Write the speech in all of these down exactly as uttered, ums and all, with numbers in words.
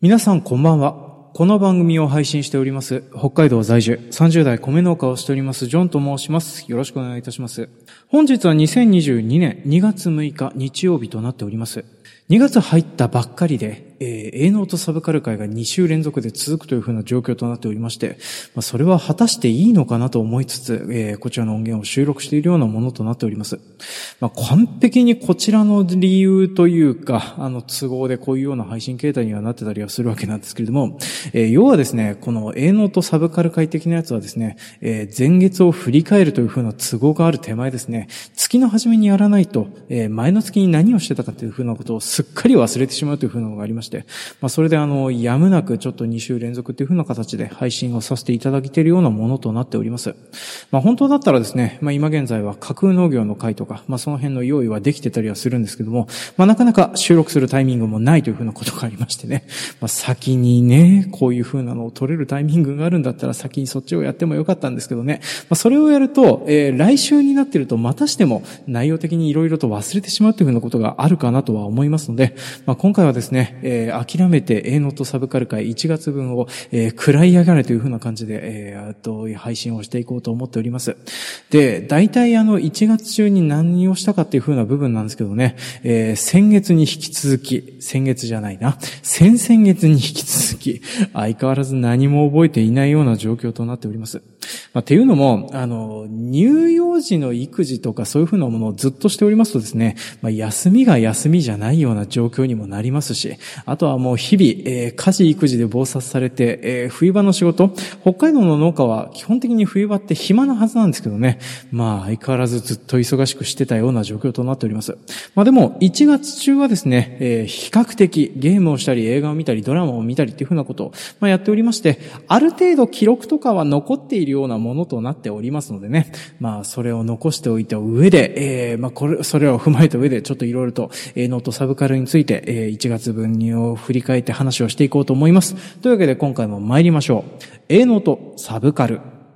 皆さんこんばんは。この番組を配信しております、北海道在住さんじゅう代米農家をしております、ジョンと申します。よろしくお願いいたします。本日はにせんにじゅうにねんにがつむいか日曜日となっております。にがつ入ったばっかりで、えー、営農とサブカル会がに週連続で続くというふうな状況となっておりまして、まあ、それは果たしていいのかなと思いつつ、えー、こちらの音源を収録しているようなものとなっております。まあ、完璧にこちらの理由というか、あの、都合でこういうような配信形態にはなってたりはするわけなんですけれども、えー、要はですね、この営農とサブカル会的なやつはですね、えー、前月を振り返るというふうな都合がある手前ですね、月の初めにやらないと、えー、前の月に何をしてたかというふうなことをすっかり忘れてしまうというふうなのがありまして、まあ、それであの、やむなくちょっとに週連続というふうな形で配信をさせていただいているようなものとなっております。まあ、本当だったらですね、まあ、今現在は架空農業の会とか、まあ、その辺の用意はできてたりはするんですけども、まあ、なかなか収録するタイミングもないというふうなことがありましてね、まあ、先にね、こういうふうなのを取れるタイミングがあるんだったら先にそっちをやってもよかったんですけどね、まあ、それをやると、えー、来週になっているとまたしても内容的にいろいろと忘れてしまうというふうなことがあるかなとは思いますので、まあ、今回はですね、えー、諦めて営農とサブカル会いちがつぶんを、えー、食らい上がれというふうな感じで、えー、と配信をしていこうと思っております。で、大体あのいちがつ中に何をしたかっていうふうな部分なんですけどね、えー、先月に引き続き、先月じゃないな、先々月に引き続き、相変わらず何も覚えていないような状況となっております。まあ、っていうのも、あの、乳幼児の育児とかそういうふうなものをずっとしておりますとですね、まあ、休みが休みじゃないような状況にもなりますし、あとはもう日々、えー、家事育児で忙殺されて、えー、冬場の仕事、北海道の農家は基本的に冬場って暇なはずなんですけどね、まあ相変わらずずっと忙しくしてたような状況となっております。まあでもいちがつ中はですね、えー、比較的ゲームをしたり映画を見たりドラマを見たりっていうふうなことを、まあ、やっておりまして、ある程度記録とかは残っているようなものとなっておりますのでね、まあそれを残しておいた上で、えー、まあこれ、それを踏まえた上でちょっといろいろと営農とサブカルについて、えー、いちがつぶんを振り返って話をしていこうと思います。というわけで今回も参りましょう。営農とサブカル。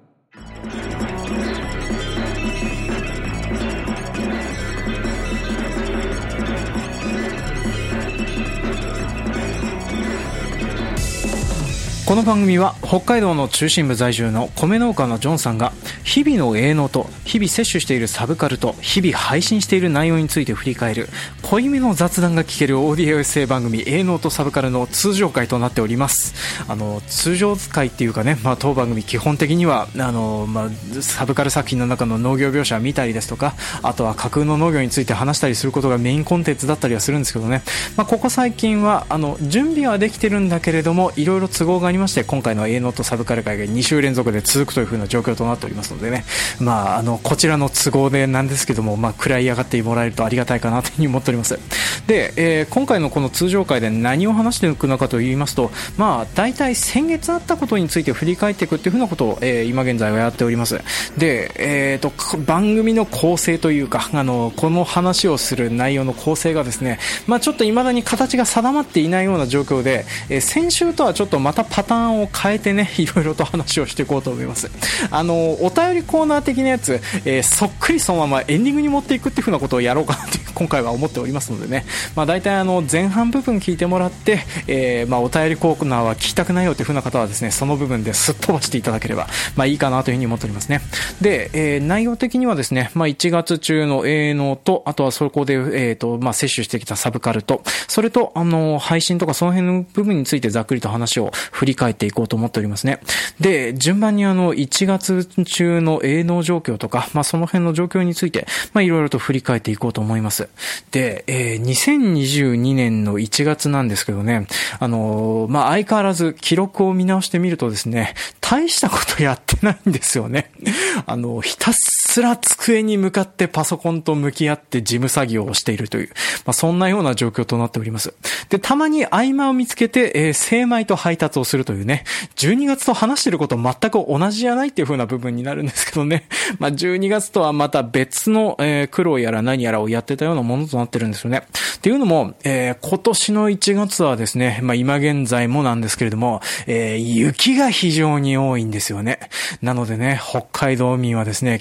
この番組は北海道の中心部在住の米農家のジョンさんが日々の営農と日々摂取しているサブカルと日々配信している内容について振り返る濃いめの雑談が聞けるオーディオエッセイ番組営農とサブカルの通常回となっております。あの通常回っていうかね、まあ、当番組基本的にはあの、まあ、サブカル作品の中の農業描写を見たりですとか、あとは架空の農業について話したりすることがメインコンテンツだったりはするんですけどね、まあ、ここ最近はあの準備はできてるんだけれどもいろいろ都合がありまして、今回の営農とサブカル会がに週連続で続くという風な状況となっておりますのでね、まああのこちらの都合でなんですけども、まあ食らい上がってもらえるとありがたいかなというふうに思っております。で、えー、今回のこの通常会で何を話していくのかと言いますと、まあ大体先月あったことについて振り返っていくっていう風なことを、えー、今現在はやっております。で、えーと番組の構成というか、あのこの話をする内容の構成がですね、まあちょっと未だに形が定まっていないような状況で、えー、先週とはちょっとまたパターンを変えてね、いろいろと話をしていこうと思います。あのお便りコーナー的なやつ、えー、そっくりそのままエンディングに持っていくっていう風なことをやろうかなって今回は思っておりますのでね、まあ大体あの前半部分聞いてもらって、えー、まあお便りコーナーは聞きたくないよっていう風な方はですね、その部分ですっ飛ばしていただければまあいいかなという風に思っておりますね。で、えー、内容的にはですね、まあいちがつ中の営農と、あとはそこでえっとまあ摂取してきたサブカルと、それとあの配信とかその辺の部分についてざっくりと話を振り返っていこうと思っておりますね。で、順番にあのいちがつ中の営農状況とか、まあその辺の状況についてまあいろいろと振り返っていこうと思います。で、えー、にせんにじゅうにねんのいちがつなんですけどね、あのー、まあ相変わらず記録を見直してみるとですね、大したことやってないんですよね。あのひたすら机に向かってパソコンと向き合って事務作業をしているという、まあそんなような状況となっております。で、たまに合間を見つけて、えー、精米と配達をするというね、じゅうにがつと話していること全く同じじゃないっていう風な部分になるんですけどね。まあじゅうにがつとはまた別の、えー、苦労やら何やらをやってたようなものとなってるんですよね。っていうのも、えー、今年のいちがつはですね、まあ今現在もなんですけれども、えー、雪が非常に多いんですよね。なのでね、北海道民はですね、基本的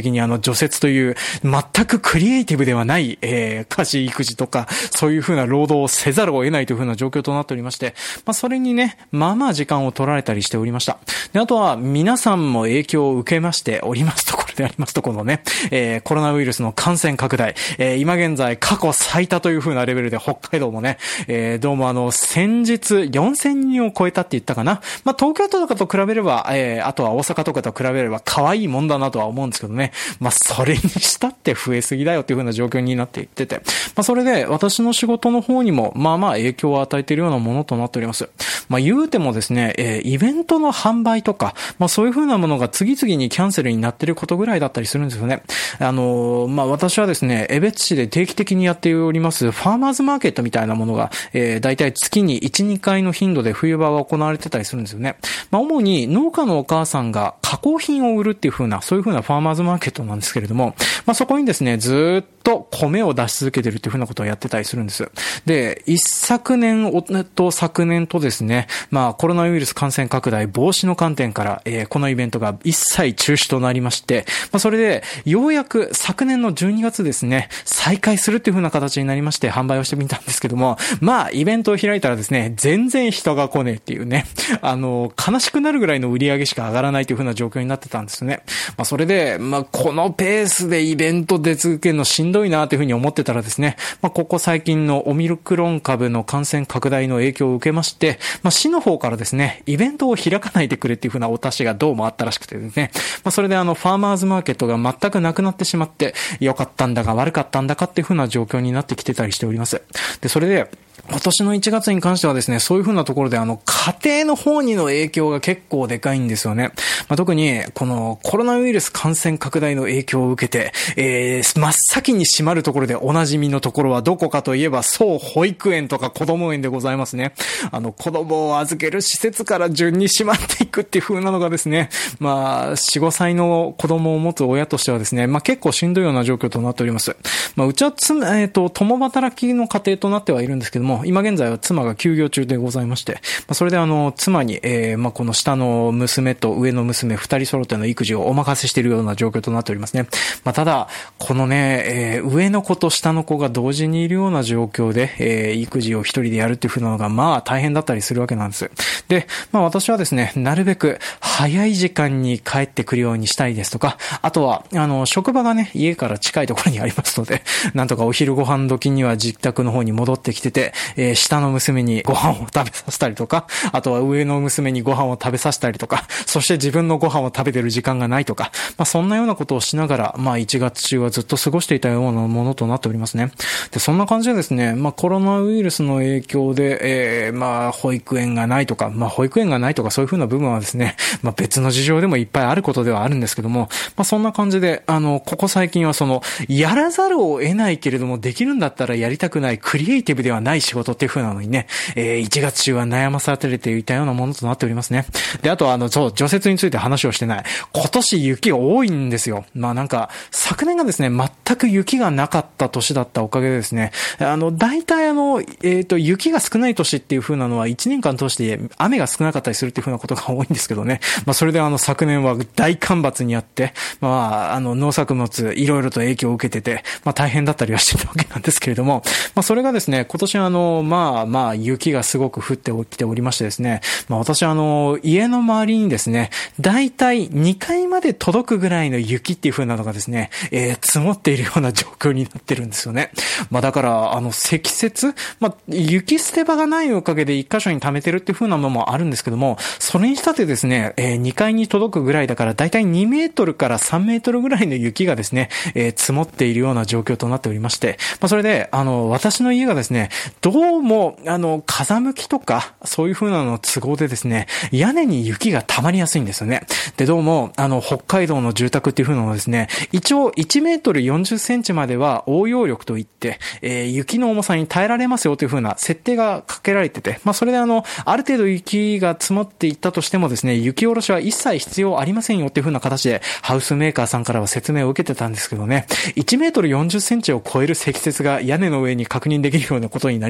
的にあの除雪という全くクリエイティブではない、えー、家事育児とかそういう風な労働をせざるを得ないという風な状況となっておりまして、まあそれにね、まあまあ時間を取られたりしておりました。で、あとは皆さんも影響を受けましておりますところでありますと、このね、えー、コロナウイルスの感染拡大、えー、今現在過去最多という風なレベルで北海道もね、えー、どうもあの先日よんせんにんを超えたって言ったかな。まあ東京都とかと比べれば、えー、あとは大阪とかと比べれば可愛いもんだなとは思うんですけどね。まあそれにしたって増えすぎだよっていう風な状況になっていってて、まあそれで私の仕事の方にもまあまあ影響を与えているようなものとなっております。まあ言うてもですね、えー、イベントの販売とか、まあそういう風なものが次々にキャンセルになっていることぐらいだったりするんですよね。あのー、まあ私はですね、江別市で定期的にやっておりますファーマーズマーケットみたいなものが、えー、だいたい月にいち、にかいの頻度で冬場は行われてたりするんですよね。まあ主に農家のお母さんが加工品を売るっていう風な、そういう風なファーマーズマーケットなんですけれども、まあそこにですね、ずーっと米を出し続けてるっていう風なことをやってたりするんです。で、一昨年と昨年とですね、まあコロナウイルス感染拡大防止の観点から、えー、このイベントが一切中止となりまして、まあそれでようやく昨年のじゅうにがつですね、再開するっていう風な形になりまして販売をしてみたんですけども、まあイベントを開いたらですね、全然人が来ねえっていうね、あの悲しくなるぐらいの売り上げしか上がらないという風な状況になってたんですね。まあそれで、まあこのペースでイベント出続けるのしんどいなという風に思ってたらですね、まあここ最近のオミクロン株の感染拡大の影響を受けまして、まあ市の方からですね、イベントを開かないでくれっていう風なお達しがどうもあったらしくてですね、まあそれであのファーマーズマーケットが全くなくなってしまって、良かったんだか悪かったんだかっていう風な状況になってきてたりしております。で、それで、今年のいちがつに関してはですね、そういう風なところであの家庭の方にの影響が結構でかいんですよね。まあ、特にこのコロナウイルス感染拡大の影響を受けて、えー、真っ先に閉まるところでおなじみのところはどこかといえば、そう保育園とか子供園でございますね。あの子供を預ける施設から順に閉まっていくっていう風なのがですね、まあよん、ごさいの子供を持つ親としてはですね、まあ結構しんどいような状況となっております。まあうちはつ、えっと、共働きの家庭となってはいるんですけども、今現在は妻が休業中でございまして、まあ、それであの妻に、えー、まあこの下の娘と上の娘二人揃っての育児をお任せしているような状況となっておりますね。まあただこのね、えー、上の子と下の子が同時にいるような状況で、えー、育児を一人でやるっていう風なのがまあ大変だったりするわけなんです。で、まあ私はですね、なるべく早い時間に帰ってくるようにしたいですとか、あとはあの職場がね、家から近いところにありますので、なんとかお昼ご飯時には自宅の方に戻ってきてて、えー、下の娘にご飯を食べさせたりとか、あとは上の娘にご飯を食べさせたりとか、そして自分のご飯を食べてる時間がないとか、まあそんなようなことをしながら、まあいちがつ中はずっと過ごしていたようなものとなっておりますね。で、そんな感じでですね、まあコロナウイルスの影響で、えー、まあ保育園がないとか、まあ保育園がないとかそういう風な部分はですね、まあ別の事情でもいっぱいあることではあるんですけども、まあそんな感じで、あの、ここ最近はその、やらざるを得ないけれども、できるんだったらやりたくない、クリエイティブではない仕事っていう風なのにね、えー、いちがつ中は悩まされていたようなものとなっておりますね。で、あとはあの、そう、除雪について話をしてない。今年雪が多いんですよ。まあなんか、昨年がですね、全く雪がなかった年だったおかげでですね、あの、大体あの、えっと、雪が少ない年っていう風なのはいちねんかん通して雨が少なかったりするっていう風なことが多いんですけどね。まあそれであの、昨年は大干ばつにあって、まあ、あの、農作物いろいろと影響を受けてて、まあ大変だったりはしてたわけなんですけれども、まあそれがですね、今年あの、まあまあ雪がすごく降ってきておりましてですね、まあ私あの、家の周りにですね、大体にかいまで届くぐらいの雪っていう風なのがですね、えー、積もっているような状況になってるんですよね。まあだから、あの、積雪、まあ雪捨て場がないおかげで一箇所に溜めてるっていう風なのもあるんですけども、それにしたってですね、えー、にかいに届くぐらいだから大体にメートルからさんメートルぐらいの雪がですね、えー、積もっているような状況となっておりまして、まあそれで、あの、私の家がですね、どうも、あの、風向きとか、そういう風なの都合でですね、屋根に雪が溜まりやすいんですよね。で、どうも、あの、北海道の住宅っていう風なのはですね、一応いちメートルよんじゅっセンチまでは応用力といって、えー、雪の重さに耐えられますよという風な設定がかけられてて、まあそれであの、ある程度雪が積もっていったとしてもですね、雪下ろしは一切必要ありませんよっていう風な形で、ハウスメーカーさんからは説明を受けてたんですけどね、いちメートルよんじゅっセンチを超える積雪が屋根の上に確認できるようなことになり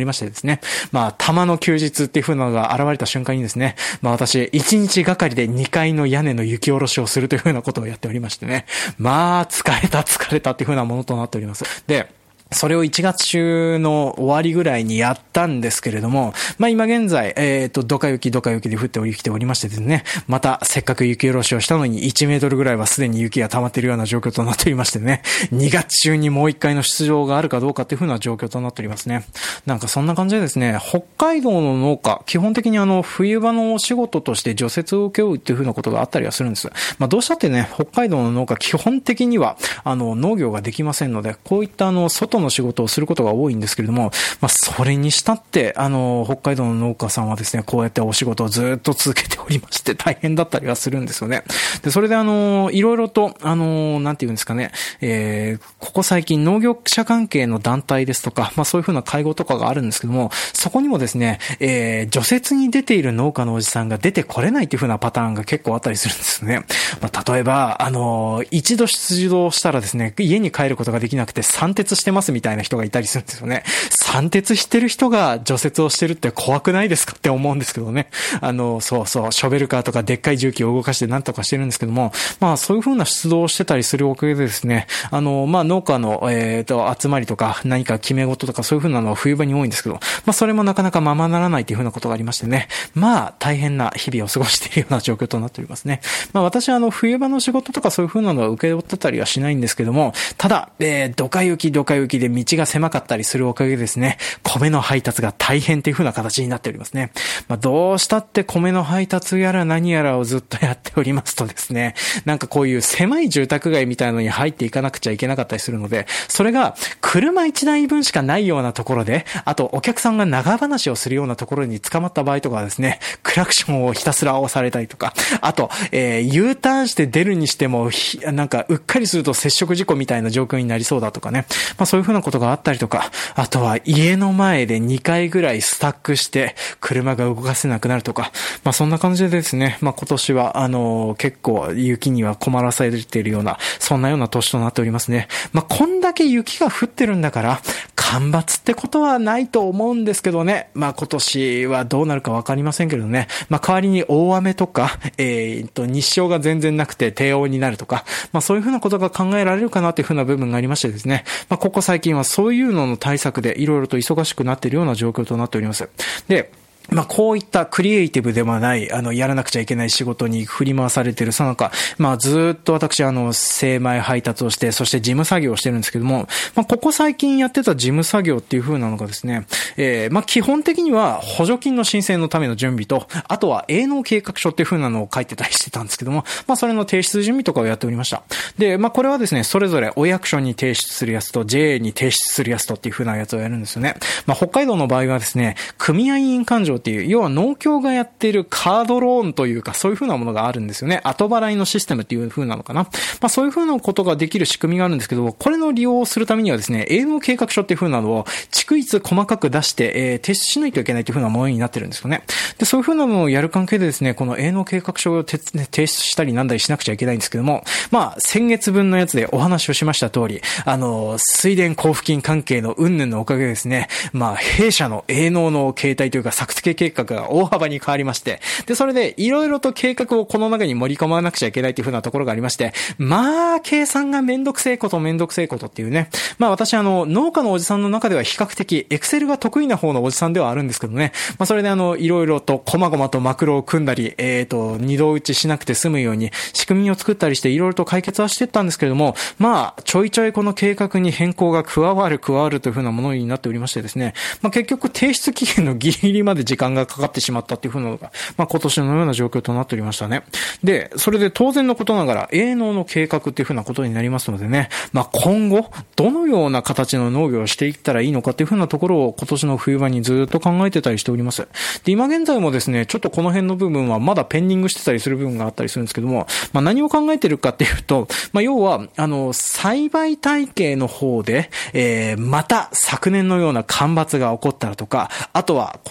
ましてですね。まあ、玉の休日っていう風なのが現れた瞬間にですね、まあ私、いちにちがかりでにかいの屋根の雪下ろしをするという風なことをやっておりましてね。まあ、疲れた疲れたっていう風なものとなっております。で、それをいちがつ中の終わりぐらいにやったんですけれども、まあ今現在、えっと、ドカ雪ドカ雪で降ってきておりましてですね、またせっかく雪下ろしをしたのにいちメートルぐらいはすでに雪が溜まっているような状況となっておりましてね、にがつ中にもういっかいの出場があるかどうかっていう風な状況となっておりますね。なんかそんな感じでですね、北海道の農家、基本的にあの、冬場のお仕事として除雪を請け負うっていう風なことがあったりはするんです。まあどうしたってね、北海道の農家、基本的には、あの、農業ができませんので、こういったあの、外の仕事をすることが多いんですけれども、まあ、それにしたって、あの、北海道の農家さんはですね、こうやってお仕事をずっと続けておりまして、大変だったりはするんですよね。で、それであの、いろいろと、あの、なんていうんですかね、えー、ここ最近農業者関係の団体ですとか、まあ、そういうふうな会合とかがあるんですけども、そこにもですね、えー、除雪に出ている農家のおじさんが出てこれないっていうふうなパターンが結構あったりするんですね。まあ、例えば、あの、一度出動したらですね、家に帰ることができなくて三徹してますみたいな人がいたりするんですよね。三徹してる人が除雪をしてるって怖くないですかって思うんですけどね。あの、そうそう、ショベルカーとかでっかい重機を動かしてなんとかしてるんですけども、まあそういう風な出動をしてたりするおかげでですね、あの、まあ農家の、えっと、集まりとか何か決め事とかそういう風なのは冬場に多いんですけど、まあそれもなかなかままならないという風なことがありましてね、まあ大変な日々を過ごしているような状況となっておりますね。まあ私はあの、冬場の仕事とかそういう風なのは受け負ってたりはしないんですけども、ただ、えー、ドカ雪ドカ雪で道が狭かったりするおかげでですね、米の配達が大変という風な形になっておりますね。まあ、どうしたって米の配達やら何やらをずっとやっておりますとですね、なんかこういう狭い住宅街みたいなのに入っていかなくちゃいけなかったりするので、それが車いちだいぶんしかないようなところで、あとお客さんが長話をするようなところに捕まった場合とかはですね、クラクションをひたすら押されたりとか、あと、えー、U ターンして出るにしても、なんかうっかりすると接触事故みたいな状況になりそうだとかね、まあそういう風なことがあったりとか、あとは家の前でにかいぐらいスタックして車が動かせなくなるとか、まあそんな感じでですね、まあ今年はあのー、結構雪には困らされているような、そんなような年となっておりますね。まあこんだけ雪が降ってるんだから、干ばつってことはないと思うんですけどね。まあ今年はどうなるかわかりませんけどね。まあ代わりに大雨とか、えー、っと日照が全然なくて低温になるとか、まあそういうふうなことが考えられるかなというふうな部分がありましてですね。まあここ最近はそういうのの対策でいろいろと忙しくなっているような状況となっております。で、まあ、こういったクリエイティブではない、あの、やらなくちゃいけない仕事に振り回されているさなか、まあ、ずっと私、あの、精米配達をして、そして事務作業をしてるんですけども、まあ、ここ最近やってた事務作業っていう風なのがですね、えー、まあ、基本的には補助金の申請のための準備と、あとは営農計画書っていう風なのを書いてたりしてたんですけども、まあ、それの提出準備とかをやっておりました。で、まあ、これはですね、それぞれお役所に提出するやつと ジェーエー に提出するやつとっていう風なやつをやるんですよね。まあ、北海道の場合はですね、組合員勘定っていう、要は農協がやっているカードローンというか、そういう風なものがあるんですよね。後払いのシステムっていう風なのかな。まあそういう風なことができる仕組みがあるんですけど、これの利用をするためにはですね、営農計画書っていう風なのを逐一細かく出して、えー、提出しないといけないという風なものになってるんですよね。で、そういう風なのをやる関係でですね、この営農計画書を提出したりなんだりしなくちゃいけないんですけども、まあ先月分のやつでお話をしました通り、あの、水田交付金関係の云々のおかげでですね、まあ弊社の営農の形態というか作付け計画が大幅に変わりまして、で、それでいろいろと計画をこの中に盛り込まなくちゃいけないという風なところがありまして、まあ、計算がめんどくせえことめんどくせえことっていうね。まあ私あの、農家のおじさんの中では比較的エクセルが得意な方のおじさんではあるんですけどね。まあそれであの、いろいろと細々とマクロを組んだり、えっと、二度打ちしなくて済むように仕組みを作ったりしていろいろと解決はしてったんですけれども、まあ、ちょいちょいこの計画に変更が加わる加わるという風なものになっておりましてですね。まあ結局提出期限のギリギリまで時間がかかってしまったっていう風なのが、まあ今年のような状況となっておりましたね。で、それで当然のことながら営農の計画っていう風なことになりますのでね、まあ今後どのような形の農業をしていったらいいのかっていう風なところを今年の冬場にずっと考えてたりしております。で、今現在もですね、ちょっとこの辺の部分はまだペンディングしてたりする部分があったりするんですけども、まあ何を考えてるかっていうと、まあ要はあの栽培体系の方で、えー、また昨年のような干ばつが起こったらとか、あとは今年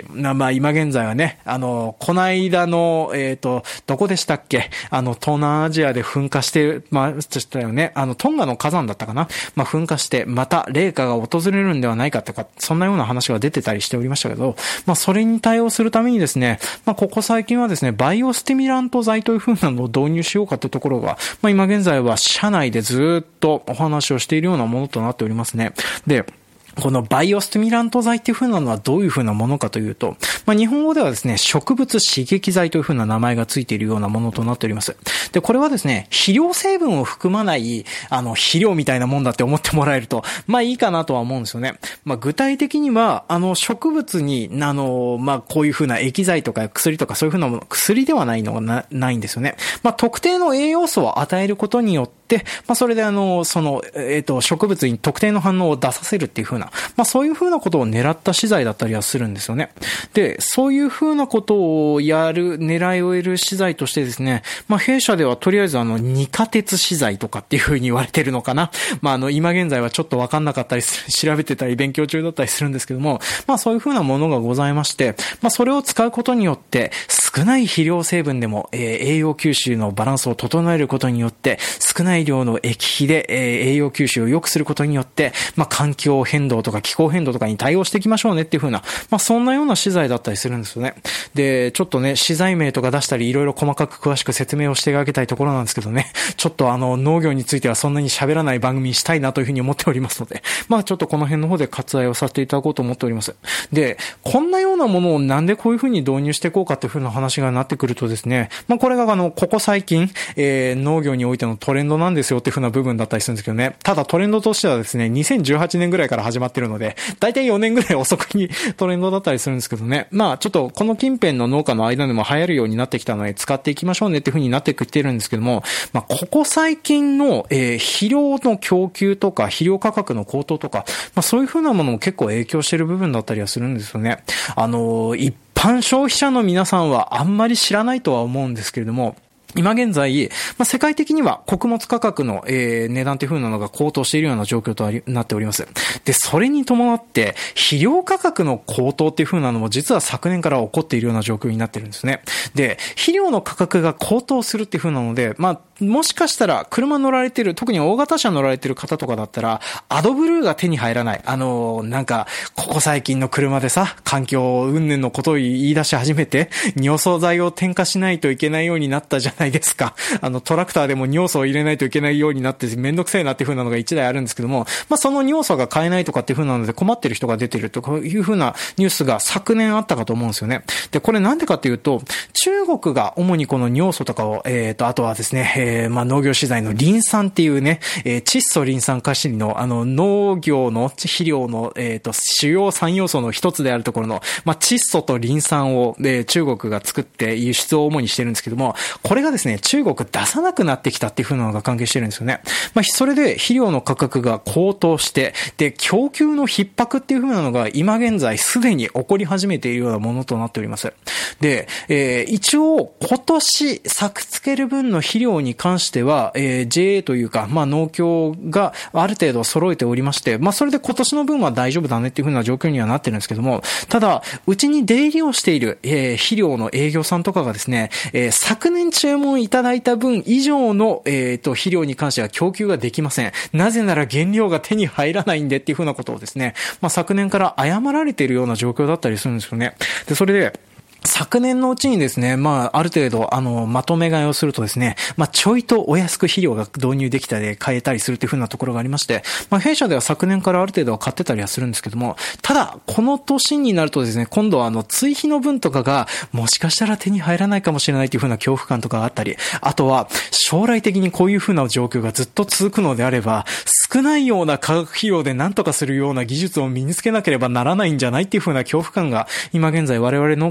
まあ今現在はね、あの、この間の、えっと、どこでしたっけ？あの、東南アジアで噴火して、まあ、したよね。あの、トンガの火山だったかな？まあ、噴火して、また冷夏が訪れるんではないかとか、そんなような話が出てたりしておりましたけど、まあ、それに対応するためにですね、まあ、ここ最近はですね、バイオスティミラント剤という風なのを導入しようかというところが、まあ、今現在は社内でずっとお話をしているようなものとなっておりますね。で、このバイオスティミラント剤っていう風なのはどういう風なものかというと、まあ、日本語ではですね、植物刺激剤という風な名前がついているようなものとなっております。で、これはですね、肥料成分を含まない、あの、肥料みたいなもんだって思ってもらえると、まあいいかなとは思うんですよね。まあ具体的には、あの、植物に、あの、まあこういう風な液剤とか薬とかそういう風なもの、薬ではないのがな、ないんですよね。まあ特定の栄養素を与えることによって、まあそれであの、その、えっと、植物に特定の反応を出させるっていう風な、まあそういう風なことを狙った資材だったりはするんですよね。で、そういう風なことをやる、狙いを得る資材としてですね、まあ弊社ではとりあえずあの、二価鉄資材とかっていう風に言われてるのかな。まああの、今現在はちょっとわかんなかったりする、調べてたり勉強中だったりするんですけども、まあそういう風なものがございまして、まあそれを使うことによって、少ない肥料成分でも、えー、栄養吸収のバランスを整えることによって、少ない量の液肥で、えー、栄養吸収を良くすることによって、まあ環境変動とか気候変動とかに対応していきましょうねっていう風な、まあそんなような資材だったりするんですよね。で、ちょっとね、資材名とか出したりいろいろ細かく詳しく説明をしてあげたいところなんですけどね、ちょっとあの農業についてはそんなに喋らない番組にしたいなという風に思っておりますので、まあちょっとこの辺の方で割愛をさせていただこうと思っております。で、こんなようなものをなんでこういう風に導入していこうかという風な話がなってくるとですね、まあこれがあの、ここ最近、えー、農業においてのトレンドなんですよっていう風な部分だったりするんですけどね、ただトレンドとしてはですね、にせんじゅうはちねんぐらいから始まってるので、だいたいよねんぐらい遅くにトレンドだったりするんですけどね、まあちょっとこの近辺の農家の間でも流行るようになってきたので使っていきましょうねっていう風になってきてるんですけども、まあここ最近の、えー、肥料の供給とか肥料価格の高騰とか、まあそういう風なものも結構影響してる部分だったりはするんですよね。あのー、一般消費者の皆さんはあんまり知らないとは思うんですけれども、今現在、まあ、世界的には穀物価格の、えー、値段という風なのが高騰しているような状況となっております。で、それに伴って、肥料価格の高騰っていう風なのも実は昨年から起こっているような状況になってるんですね。で、肥料の価格が高騰するっていう風なので、まあ、もしかしたら車乗られてる、特に大型車乗られてる方とかだったら、アドブルーが手に入らない。あのー、なんか、ここ最近の車でさ、環境云々のことを言い出し始めて、尿素剤を添加しないといけないようになったじゃないですか。あの、トラクターでも尿素を入れないといけないようになってめんどくせえなっていう風なのが一台あるんですけども、まあ、その尿素が買えないとかっていう風なので困ってる人が出てるという風なニュースが昨年あったかと思うんですよね。で、これなんでかっていうと、中国が主にこの尿素とかを、えーと、あとはですね、えー、まあ、農業資材のリン酸っていうね、えー、窒素リン酸化シリの、あの、農業の肥料の、えーと、主要さん要素の一つであるところの、まあ、窒素とリン酸を、えー、中国が作って輸出を主にしてるんですけども、これがですね、中国出さなくなってきたっていう風なのが関係してるんですよね。まあ、それで肥料の価格が高騰して、で、供給の逼迫っていう風なのが今現在すでに起こり始めているようなものとなっております。で、えー、一応今年作付ける分の肥料に関しては、えー、ジェーエー というか、まあ、農協がある程度揃えておりまして、まあ、それで今年の分は大丈夫だねっていう風な状況にはなってるんですけども、ただ、うちに出入りをしている、えー、肥料の営業さんとかがですね、えー、昨年注文いただいた分以上の、えー、と肥料に関しては供給ができません。なぜなら原料が手に入らないんでっていう風なことをですね、まあ、昨年から謝られているような状況だったりするんですよね。で、それで昨年のうちにですね、まあ、ある程度、あの、まとめ買いをするとですね、まあ、ちょいとお安く肥料が導入できたり、買えたりするという風なところがありまして、まあ、弊社では昨年からある程度は買ってたりはするんですけども、ただ、この年になるとですね、今度はあの、追肥の分とかが、もしかしたら手に入らないかもしれないという風な恐怖感とかがあったり、あとは、将来的にこういう風な状況がずっと続くのであれば、少ないような化学肥料で何とかするような技術を身につけなければならないんじゃないっていう風な恐怖感が、今現在我々農家の中に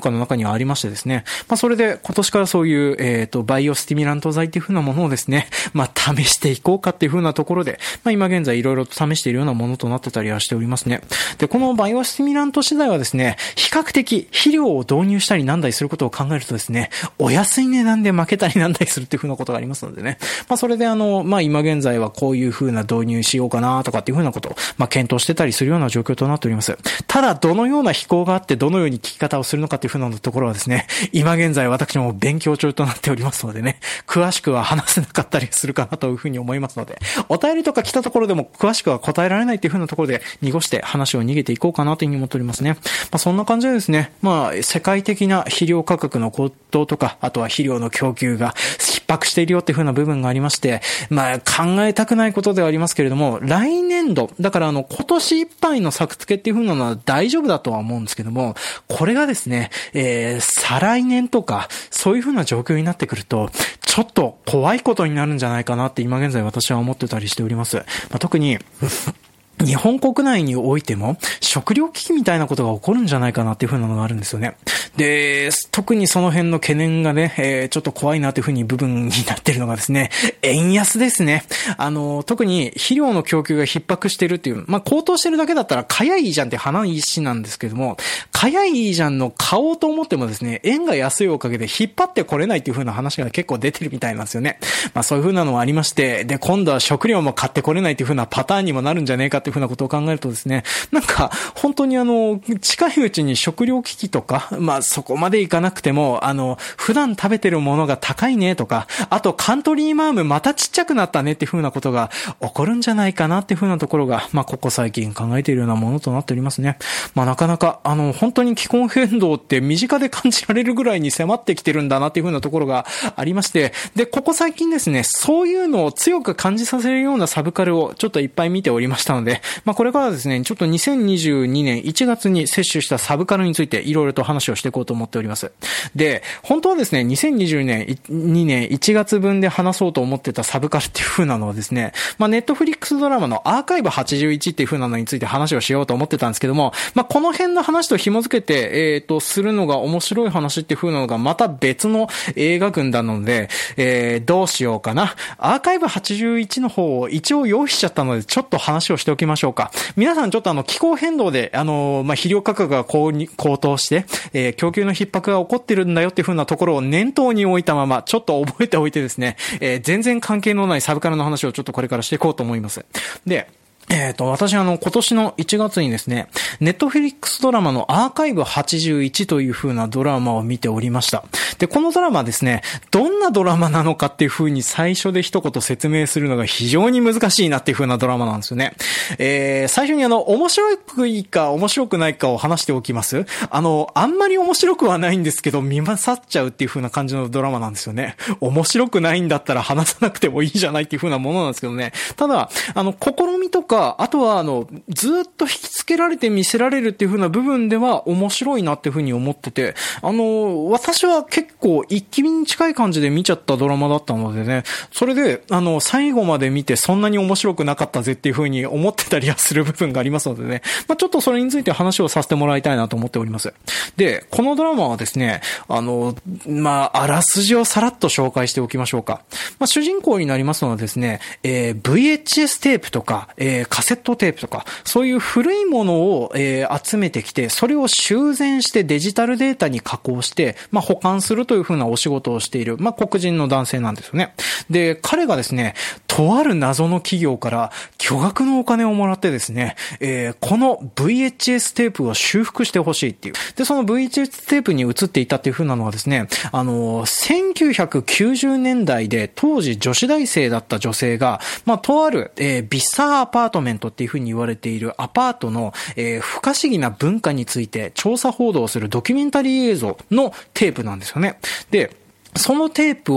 はありましてですね、まあそれで今年からそういう、えっと、バイオスティミュラント剤っていう風なものをですね、まあ試していこうかっていう風なところで、まあ今現在いろいろと試しているようなものとなってたりはしておりますね。で、このバイオスティミュラント資材はですね、比較的肥料を導入したりなんだりすることを考えるとですね、お安い値段で負けたりなんだりするっていう風なことがありますのでね、まあそれであの、まあ今現在はこういう風な導入しようかなとかっていう風なことを、まあ検討してたりするような状況となっております。ただ、どのような飛行があって、どのように聞き方をするのかっていう風なところはですね、今現在私も勉強中となっておりますのでね、詳しくは話せなかったりするかなという風に思いますので、お便りとか来たところでも詳しくは答えられないっていう風なところで濁して話を逃げていこうかなという風に思っておりますね。まあそんな感じでですね、まあ世界的な肥料価格の高騰とか、あとは肥料の供給が逼迫しているよっていう風な部分がありまして、まあ考えたくないことではありますけれども、来年度、だからあの今年いっぱいの作付けっていう風なのは大丈夫だとは思うんですけども、これがですね、えー、再来年とか、そういう風な状況になってくると、ちょっと怖いことになるんじゃないかなって今現在私は思ってたりしております。まあ、特に、日本国内においても食糧危機みたいなことが起こるんじゃないかなっていう風なのがあるんですよね。で、特にその辺の懸念がね、えー、ちょっと怖いなという風に部分になっているのがですね、円安ですね。あの、特に肥料の供給が逼迫してるっていう、まあ、高騰してるだけだったら買やいいじゃんって話なんですけども、買やいいじゃんの買おうと思ってもですね、円が安いおかげで引っ張ってこれないっていう風な話が結構出てるみたいなんですよね。まあ、そういう風なのはありまして、で、今度は食料も買ってこれないっていう風なパターンにもなるんじゃねえかっていうふうなことを考えるとですね、なんか本当にあの近いうちに食糧危機とか、まあそこまでいかなくてもあの普段食べてるものが高いねとか、あとカントリーマームまたちっちゃくなったねっていうふうなことが起こるんじゃないかなっていうふうなところが、まあここ最近考えているようなものとなっておりますね。まあなかなかあの本当に気候変動って身近で感じられるぐらいに迫ってきてるんだなっていうふうなところがありまして、でここ最近ですね、そういうのを強く感じさせるようなサブカルをちょっといっぱい見ておりましたので、まあこれからですね、ちょっとにせんにじゅうにねんいちがつに摂取したサブカルについていろいろと話をしていこうと思っております。で、本当はですね、にせんにじゅうにねんいちがつぶんで話そうと思ってたサブカルっていう風なのはですね、まあネットフリックスドラマのアーカイブはちじゅういちっていう風なのについて話をしようと思ってたんですけども、まあこの辺の話と紐付けて、えっと、するのが面白い話っていう風なのがまた別の映画群なので、えー、どうしようかな。アーカイブはちじゅういちの方を一応用意しちゃったので、ちょっと話をしておきましょうか。皆さんちょっとあの気候変動であのまあ肥料価格が高に高騰して、えー、供給の逼迫が起こってるんだよっていう風なところを念頭に置いたままちょっと覚えておいてですね、えー、全然関係のないサブカルの話をちょっとこれからしていこうと思います。で、えっと、私あの、今年のいちがつにですね、ネットフリックスドラマのアーカイブはちじゅういちという風なドラマを見ておりました。で、このドラマですね、どんなドラマなのかっていう風に最初で一言説明するのが非常に難しいなっていう風なドラマなんですよね。えー、最初にあの、面白くいいか面白くないかを話しておきます。あの、あんまり面白くはないんですけど、見まさっちゃうっていう風な感じのドラマなんですよね。面白くないんだったら話さなくてもいいじゃないっていう風なものなんですけどね。ただ、あの、試みとかあとはあのずっと引きつけられて見せられるっていう風な部分では面白いなっていう風に思ってて、あの私は結構一気見に近い感じで見ちゃったドラマだったのでね、それであの最後まで見てそんなに面白くなかったぜっていう風に思ってたりはする部分がありますのでね、まあ、ちょっとそれについて話をさせてもらいたいなと思っております。で、このドラマはですね、あのまああらすじをさらっと紹介しておきましょうか。まあ、主人公になりますのはですね、えー、ブイエイチエス テープとか、えー、カセットテープとか、そういう古いものを、えー、集めてきて、それを修繕してデジタルデータに加工して、まあ、保管するというふうなお仕事をしている、まあ、黒人の男性なんですよね。で、彼がですね、とある謎の企業から巨額のお金をもらってですね、えー、この ブイエイチエス テープを修復してほしいっていう。で、その ブイエイチエス テープに映っていたっていうふうなのはですね、あの、せんきゅうひゃくきゅうじゅうねんだいで当時女子大生だった女性が、まあ、とある、えー、ビッサーアパートメントっていうふうに言われているアパートの、えー、不可思議な文化について調査報道するドキュメンタリー映像のテープなんですよね。で、そのテープを一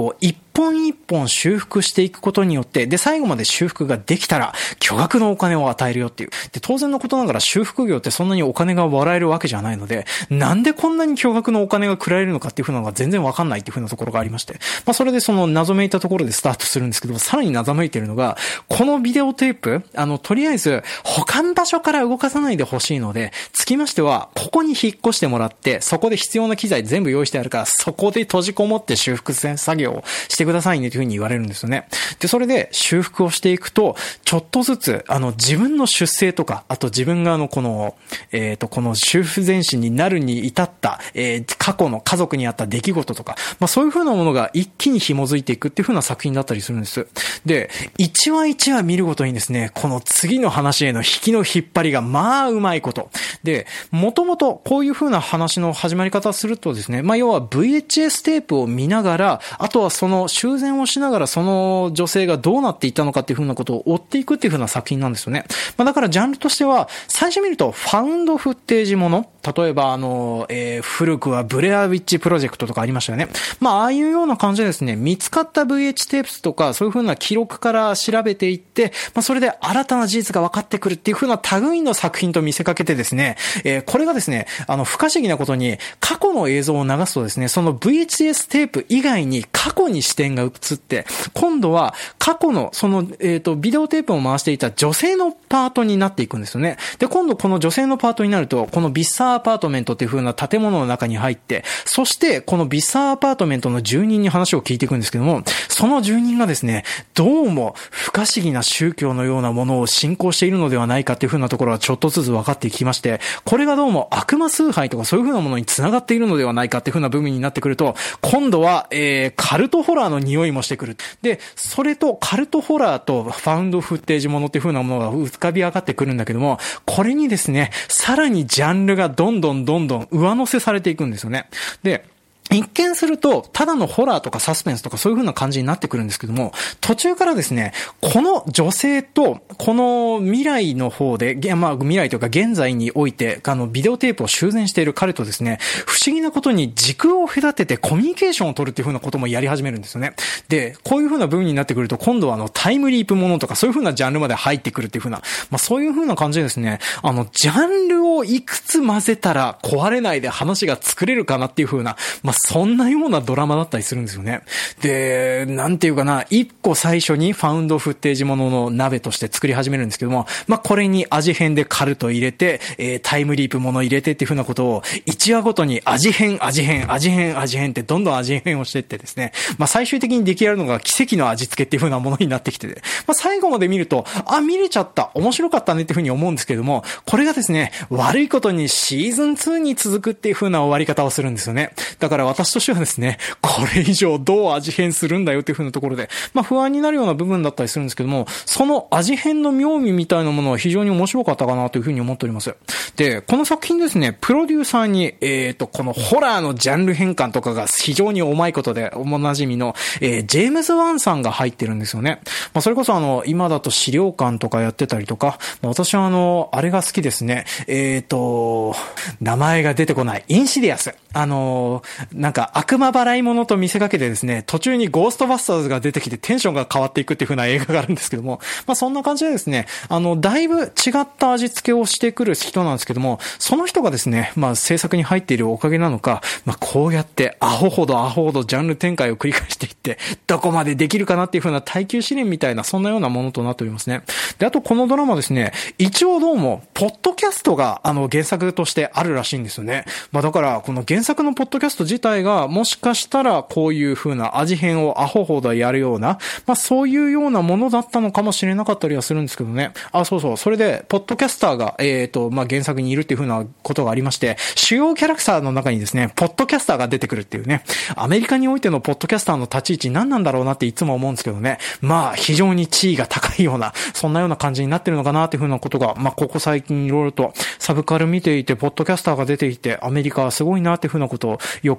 本一本修復していくことによって、で、最後まで修復ができたら、巨額のお金を与えるよっていう。で、当然のことながら修復業ってそんなにお金がもらえるわけじゃないので、なんでこんなに巨額のお金がくられるのかっていうふうなのが全然わかんないっていうふうなところがありまして、まあ、それでその謎めいたところでスタートするんですけど、さらに謎めいてるのが、このビデオテープ、あの、とりあえず、保管場所から動かさないでほしいので、つきましては、ここに引っ越してもらって、そこで必要な機材全部用意してあるから、そこで閉じこもって修復作業をしてくださいねというふうに言われるんですよね。で、それで修復をしていくと、ちょっとずつ、あの、自分の出生とか、あと自分があの、この、えっと、この修復前進になるに至った、えー、過去の家族にあった出来事とか、まあそういうふうなものが一気に紐づいていくっていうふうな作品だったりするんです。で、一話一話見るごとにですね、この次の話への引きの引っ張りが、まあうまいこと。で、もともとこういうふうな話の始まり方をするとですね、まあ要は ブイエイチエス テープを見ながら、あとはその修繕をしながらその女性がどうなっていったのかっていうふうなことを追っていくっていうふうな作品なんですよね。まあだからジャンルとしては、最初見るとファウンドフッテージもの、例えばあの、えー、古くはブレアウィッチプロジェクトとかありましたよね。まあああいうような感じでですね、見つかった ブイエイチ テープとかそういうふうな記録から調べていって、まあそれで新たな事実が分かってくるっていうふうな類の作品と見せかけてですね、えー、これがですね、あの不可思議なことに過去の映像を流すとですね、その ブイエイチエス テープ以外に過去に視点が移って、今度は過去のその、えっと、ビデオテープを回していた女性のパートになっていくんですよね。で、今度この女性のパートになると、このビッサーアパートメントっていう風な建物の中に入って、そしてこのビッサーアパートメントの住人に話を聞いていくんですけども、その住人がですね、どうも不可思議な宗教のようなものを信仰しているのではないかっていう風なところがちょっとずつ分かってきまして、これがどうも悪魔崇拝とかそういう風なものに繋がっているのではないかっていう風な部分になってくると、今度は、えー、カルトホラーの匂いもしてくる。で、それとカルトホラーとファウンドフッテージものっていう風なものが浮かび上がってくるんだけども、これにですね、さらにジャンルがどんどんどんどん上乗せされていくんですよね。で、一見すると、ただのホラーとかサスペンスとかそういう風な感じになってくるんですけども、途中からですね、この女性と、この未来の方で、まあ未来というか現在において、あの、ビデオテープを修繕している彼とですね、不思議なことに時空を隔ててコミュニケーションを取るっていう風なこともやり始めるんですよね。で、こういう風な部分になってくると、今度はあの、タイムリープものとかそういう風なジャンルまで入ってくるっていう風な、まあそういう風な感じでですね、あの、ジャンルをいくつ混ぜたら壊れないで話が作れるかなっていう風な、まあそんなようなドラマだったりするんですよね。で、なんていうかな、一個最初にファウンドフッテージものの鍋として作り始めるんですけども、まあこれに味変でカルト入れて、えー、タイムリープもの入れてっていう風なことを、一話ごとに味変、味変、味変、味変ってどんどん味変をしていってですね、まあ最終的に出来上がるのが奇跡の味付けっていう風なものになってきてて、まあ最後まで見ると、あ、見れちゃった、面白かったねっていう風に思うんですけども、これがですね、悪いことにシーズンツーに続くっていう風な終わり方をするんですよね。だから私としてはですね、これ以上どう味変するんだよっていう風なところで、まあ不安になるような部分だったりするんですけども、その味変の妙味みたいなものは非常に面白かったかなという風に思っております。で、この作品ですね、プロデューサーに、えっと、このホラーのジャンル変換とかが非常にうまいことでおなじみの、えー、ジェームズ・ワンさんが入ってるんですよね。まあそれこそあの、今だと資料館とかやってたりとか、まあ、私はあの、あれが好きですね。えっと、名前が出てこない。インシディアス。あの、なんか悪魔払い物と見せかけてですね、途中にゴーストバスターズが出てきてテンションが変わっていくっていう風な映画があるんですけども、まあそんな感じでですね、あの、だいぶ違った味付けをしてくる人なんですけども、その人がですね、まあ制作に入っているおかげなのか、まあこうやってアホほどアホほどジャンル展開を繰り返していって、どこまでできるかなっていう風な耐久試練みたいな、そんなようなものとなっておりますね。で、あとこのドラマですね、一応どうも、ポッドキャストがあの原作としてあるらしいんですよね。まあだから、この原作のポッドキャスト自体が、もしかしたらこういう風な味変をアホほどやるような、まあそういうようなものだったのかもしれなかったりはするんですけどね。あ、そうそう。それで、ポッドキャスターが、えっと、まあ原作にいるっていう風なことがありまして、主要キャラクターの中にですね、ポッドキャスターが出てくるっていうね。アメリカにおいてのポッドキャスターの立ち位置何なんだろうなっていつも思うんですけどね。まあ非常に地位が高いような、そんなような感じになってるのかなっていう風なことが、まあここ最近いろいろとサブカル見ていて、ポッドキャスターが出ていて、アメリカはすごいなっていう風なことをよく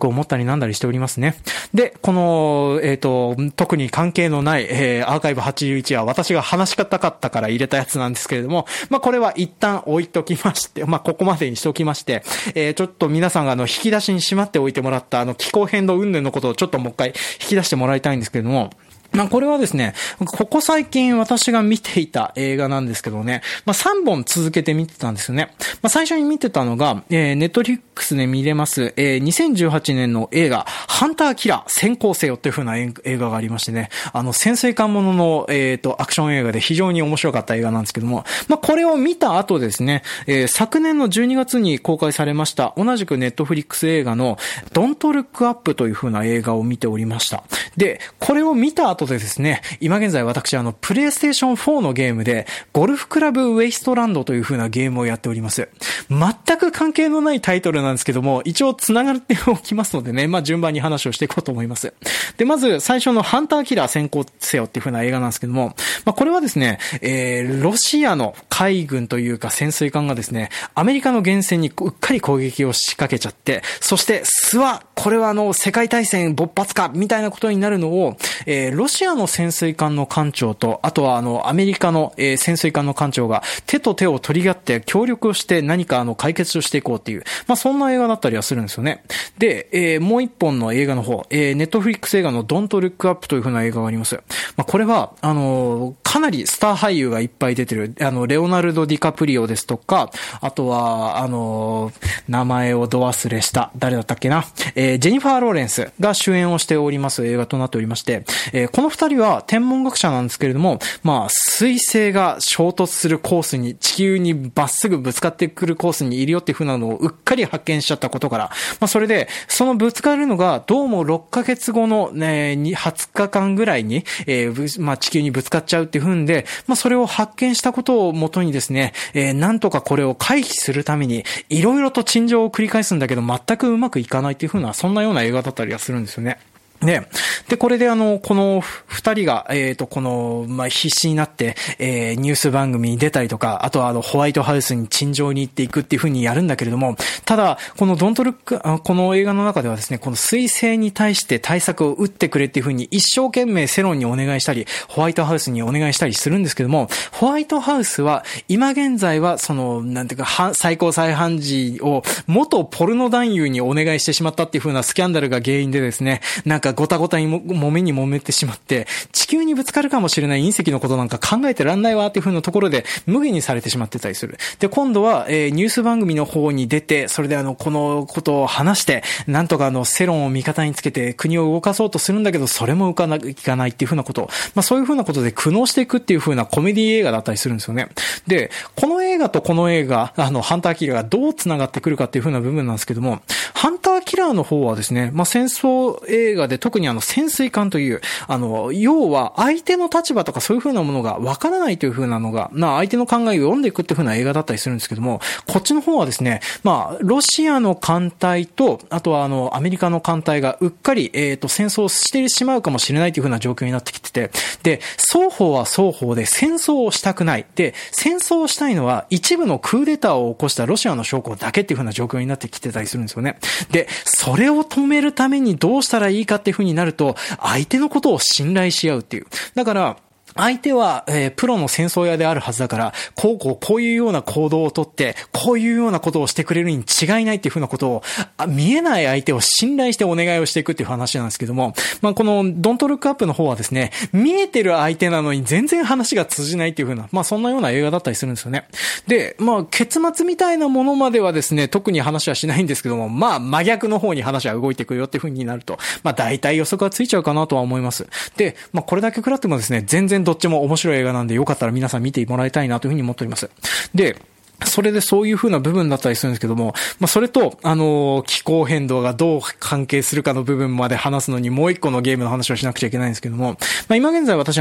思ったりなんだりしておりますね。で、この、えっと、特に関係のない、えー、アーカイブはちじゅういちは私が話したかったから入れたやつなんですけれども、まあ、これは一旦置いときまして、まあ、ここまでにしておきまして、えー、ちょっと皆さんがあの、引き出しにしまっておいてもらったあの、気候変動云々のことをちょっともう一回引き出してもらいたいんですけれども、まあ、これはですね、ここ最近私が見ていた映画なんですけどね、まあ、さんぼん続けて見てたんですよね。まあ、最初に見てたのが、えー、ネットフリックスで見れます、えー、にせんじゅうはちねんの映画、ハンターキラー先行せよっていう風な映画がありましてね、あの、潜水艦ものの、えっと、アクション映画で非常に面白かった映画なんですけども、まあ、これを見た後ですね、えー、昨年のじゅうにがつに公開されました、同じくネットフリックス映画の、Don't Look Upという風な映画を見ておりました。で、これを見た後でですね、今現在私あの、プレイステーションフォーのゲームで、ゴルフクラブウェイストランドという風なゲームをやっております。全く関係のないタイトルなんですけども、一応繋がっておきますのでね、まあ順番に話をしていこうと思います。で、まず最初のハンターキラー先行せよっていう風な映画なんですけども、まあこれはですね、えー、ロシアの海軍というか潜水艦がですね、アメリカの原潜にうっかり攻撃を仕掛けちゃって、そして、スワ、これはあの、世界大戦勃発か、みたいなことになるのを、えー、ロシアの潜水艦の艦長と、あとはあの、アメリカの、えー、潜水艦の艦長が手と手を取り合って協力をして何かあの、解決をしていこうっていう、まあそんな映画だったりはするんですよね。で、えー、もう一本の映画の方、えー、ネットフリックス映画の Don't Look Up という風な映画があります。まあこれは、あのー、かなりスター俳優がいっぱい出てる、あの、レオナルド・ディカプリオですとか、あとは、あのー、名前をど忘れした、誰だったっけな、えー、ジェニファー・ローレンスが主演をしております映画となっておりまして、えー、この二人は天文学者なんですけれども、まあ、水星が衝突するコースに、地球にまっすぐぶつかってくるコースにいるよっていう風なのをうっかり発見しちゃったことから、まあ、それで、そのぶつかるのが、どうもろっかげつごのね、はつかかんぐらいに、えー、まあ、地球にぶつかっちゃうっていう風んで、まあ、それを発見したことをもとにですね、えー、なんとかこれを回避するために、いろいろと陳情を繰り返すんだけど、全くうまくいかないっていう風な、そんなような映画だったりはするんですよね。ね。で、これであの、この二人が、えっと、この、まあ、必死になって、えー、ニュース番組に出たりとか、あとはあの、ホワイトハウスに陳情に行っていくっていう風にやるんだけれども、ただ、このドントルック、この映画の中ではですね、この水星に対して対策を打ってくれっていう風に一生懸命世論にお願いしたり、ホワイトハウスにお願いしたりするんですけども、ホワイトハウスは、今現在は、その、なんていうか、最高裁判事を元ポルノ男優にお願いしてしまったっていう風なスキャンダルが原因でですね、なんかごたごたにも揉めに揉めてしまって、地球にぶつかるかもしれない隕石のことなんか考えてらんないわっていう風なところで無限にされてしまってたりする。で、今度は、えー、ニュース番組の方に出て、それであの、このことを話して、なんとかあの、世論を味方につけて国を動かそうとするんだけど、それも浮かない、いかないっていう風なことを、まあそういう風なことで苦悩していくっていう風なコメディ映画だったりするんですよね。で、この映画とこの映画、あの、ハンターキラーがどう繋がってくるかっていう風な部分なんですけども、ハンターキラーの方はですね、まあ戦争映画で特にあの、潜水艦という、あの、要は相手の立場とかそういう風なものがわからないという風なのが、まあ相手の考えを読んでいくっていう風な映画だったりするんですけども、こっちの方はですね、まあ、ロシアの艦隊と、あとはあの、アメリカの艦隊がうっかり、えっと、戦争をしてしまうかもしれないという風な状況になってきてて、で、双方は双方で戦争をしたくない。で、戦争をしたいのは一部のクーデターを起こしたロシアの将校だけっていう風な状況になってきてたりするんですよね。で、それを止めるためにどうしたらいいかっていう風になると、相手のことを信頼し合うっていう。だから、相手は、えー、プロの戦争屋であるはずだから、こうこうこういうような行動をとって、こういうようなことをしてくれるに違いないっていうふうなことを、あ見えない相手を信頼してお願いをしていくっていう話なんですけども、まあこのドントルックアップの方はですね、見えてる相手なのに全然話が通じないっていうふうな、まあそんなような映画だったりするんですよね。で、まあ結末みたいなものまではですね、特に話はしないんですけども、まあ真逆の方に話は動いていくよっていうふうになると、まあ大体予測はついちゃうかなとは思います。で、まあこれだけ食らってもですね、全然どっちも面白い映画なんでよかったら皆さん見てもらいたいなというふうに思っております。で、それでそういう風な部分だったりするんですけども、まあそれと、あのー、気候変動がどう関係するかの部分まで話すのにもう一個のゲームの話をしなくちゃいけないんですけども、まあ今現在私あの、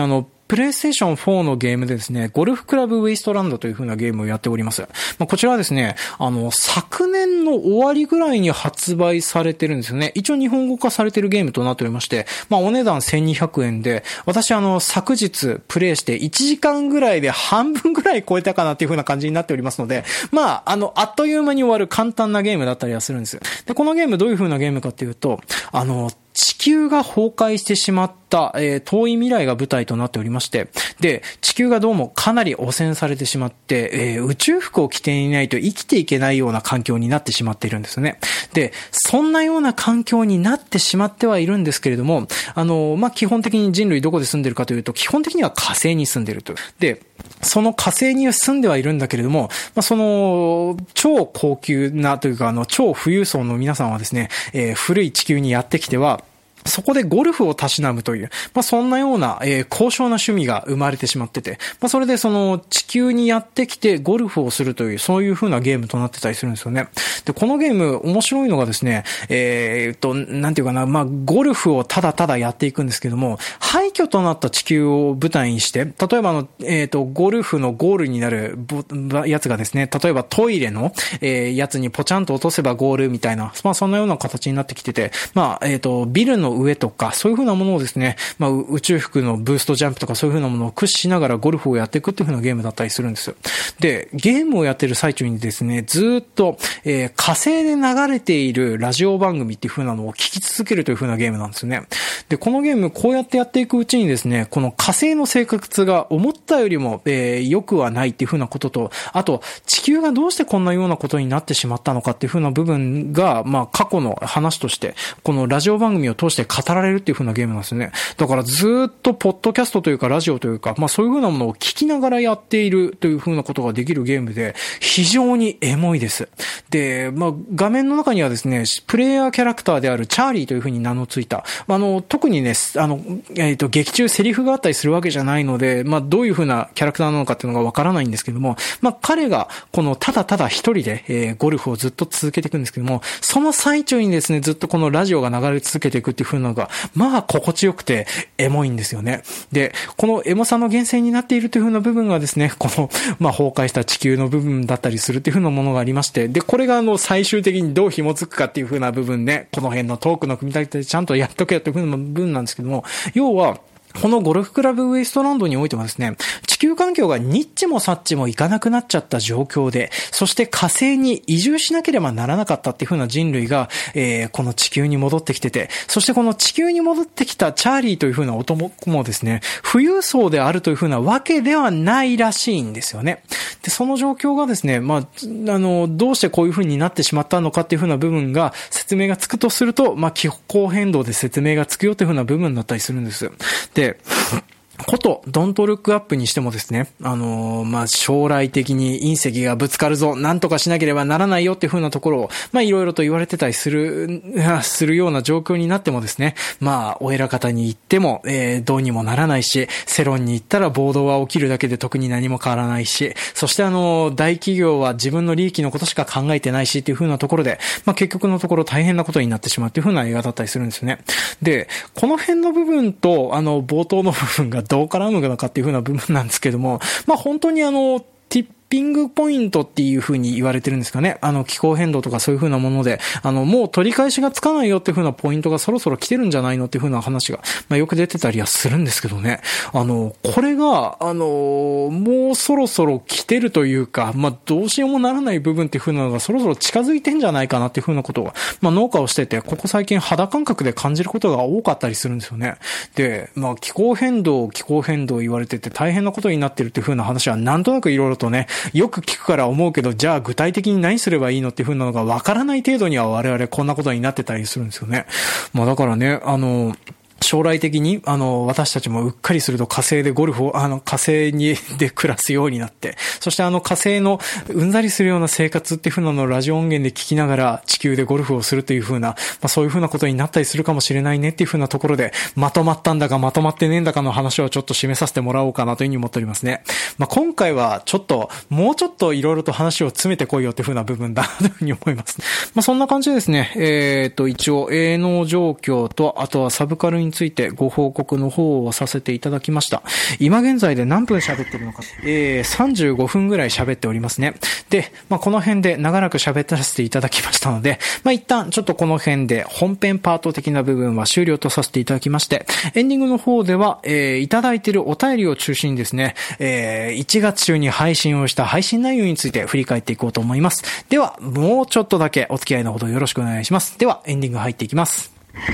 プレイステーションフォーのゲームでですね、ゴルフクラブウェイストランドという風なゲームをやっております。まあ、こちらはですね、あの、昨年の終わりぐらいに発売されてるんですよね。一応日本語化されてるゲームとなっておりまして、まあ、お値段せんにひゃくえんで、私あの、昨日プレイしていちじかんぐらいで半分ぐらい超えたかなっていう風な感じになっておりますので、まあ、あの、あっという間に終わる簡単なゲームだったりはするんです。で、このゲームどういう風なゲームかっていうと、あの、地球が崩壊してしまった、えー、遠い未来が舞台となっておりまして、で、地球がどうもかなり汚染されてしまって、えー、宇宙服を着ていないと生きていけないような環境になってしまっているんですね。で、そんなような環境になってしまってはいるんですけれども、あの、まあ、基本的に人類どこで住んでるかというと、基本的には火星に住んでると。で、その火星に住んではいるんだけれども、まあ、その、超高級なというか、あの、超富裕層の皆さんはですね、えー、古い地球にやってきては、そこでゴルフをたしなむという、まあ、そんなような、えー、高尚な趣味が生まれてしまってて、まあ、それでその地球にやってきてゴルフをするという、そういう風なゲームとなってたりするんですよね。で、このゲーム面白いのがですね、えー、っと、なんていうかな、まあ、ゴルフをただただやっていくんですけども、廃墟となった地球を舞台にして、例えばあの、えー、っと、ゴルフのゴールになるやつがですね、例えばトイレの、えー、やつにポチャンと落とせばゴールみたいな、まあ、そんなような形になってきてて、まあ、えー、っと、ビルの上とか、そういう風なものをですね、まあ、宇宙服のブーストジャンプとかそういう風なものを駆使しながらゴルフをやっていくっていう風なゲームだったりするんです。で、ゲームをやってる最中にですね、ずーっと、えー、火星で流れているラジオ番組っていう風なのを聞き続けるという風なゲームなんですよね。で、このゲームこうやってやっていくうちにですね、この火星の生活が思ったよりも、えー、良くはないっていう風なことと、あと、地球がどうしてこんなようなことになってしまったのかっていう風な部分が、まあ、過去の話として、このラジオ番組を通して語られるっていう風なゲームなんですよね。だからずーっとポッドキャストというかラジオというか、まあそういう風なものを聞きながらやっているという風なことができるゲームで、非常にエモいです。で、まあ画面の中にはですね、プレイヤーキャラクターであるチャーリーという風に名のついた、あの、特にね、あの、えっと、劇中セリフがあったりするわけじゃないので、まあどういう風なキャラクターなのかっていうのがわからないんですけども、まあ彼がこのただただ一人で、えー、ゴルフをずっと続けていくんですけども、その最中にですね、ずっとこのラジオが流れ続けていくっていう風なのが、まあ心地よくてエモいんですよね。で、このエモさの源泉になっているという風な部分がですね、この、まあ崩壊した地球の部分だったりするっていう風なものがありまして、で、これがあの最終的にどう紐づくかっていう風な部分で、この辺のトークの組み立てでちゃんとやっとけよっていう風な部分なんですけども、要は、このゴルフクラブウエストランドにおいてはですね、地球環境がニッチもサッチもいかなくなっちゃった状況で、そして火星に移住しなければならなかったっていう風な人類が、えー、この地球に戻ってきてて、そしてこの地球に戻ってきたチャーリーという風な男もですね、富裕層であるという風なわけではないらしいんですよね。で、その状況がですね、まあ、あの、どうしてこういう風になってしまったのかっていう風な部分が説明がつくとすると、まあ、気候変動で説明がつくよという風な部分だったりするんです。で、こと、ドントルックアップにしてもですね、あのー、まあ、将来的に隕石がぶつかるぞ、なんとかしなければならないよっていう風なところを、まあ、いろいろと言われてたりする、するような状況になってもですね、まあ、お偉方に行っても、えー、どうにもならないし、世論に行ったら暴動は起きるだけで特に何も変わらないし、そしてあのー、大企業は自分の利益のことしか考えてないしっていう風なところで、まあ、結局のところ大変なことになってしまうっていう風な映画だったりするんですよね。で、この辺の部分と、あの、冒頭の部分がどう絡むのかっていう風な部分なんですけども、まあ本当にあの、ティッピングポイントっていう風に言われてるんですかね。あの気候変動とかそういう風なもので、あのもう取り返しがつかないよっていう風なポイントがそろそろ来てるんじゃないのっていう風な話が、まあよく出てたりはするんですけどね。あの、これが、あの、もうそろそろ来てるというか、まあどうしようもならない部分っていう風なのがそろそろ近づいてんじゃないかなっていう風なことを、まあ農家をしてて、ここ最近肌感覚で感じることが多かったりするんですよね。で、まあ気候変動、気候変動言われてて大変なことになってるっていう風な話はなんとなくいろいろとね、よく聞くから思うけど、じゃあ具体的に何すればいいのっていう風なのがわからない程度には我々こんなことになってたりするんですよね。まあだからね、あの、将来的に、あの、私たちもうっかりすると火星でゴルフを、あの、火星に、で暮らすようになって、そしてあの火星のうんざりするような生活っていう風なのをラジオ音源で聞きながら地球でゴルフをするという風な、まあそういう風なことになったりするかもしれないねっていう風なところで、まとまったんだかまとまってねえんだかの話をちょっと締めさせてもらおうかなという風に思っておりますね。まあ今回はちょっと、もうちょっといろいろと話を詰めてこいよっていう風な部分だという風に思います。まあそんな感じでですね、えっと、一応営農状況と、あとはサブカルにつついてご報告の方をさせていただきました。今現在で何分喋ってるのか、えー、さんじゅうごふんぐらい喋っておりますね。で、まあ、この辺で長らく喋らせていただきましたので、まあ、一旦ちょっとこの辺で本編パート的な部分は終了とさせていただきまして、エンディングの方では、えー、いただいているお便りを中心にですね、えー、いちがつ中に配信をした配信内容について振り返っていこうと思います。では、もうちょっとだけお付き合いのほどよろしくお願いします。では、エンディング入っていきます。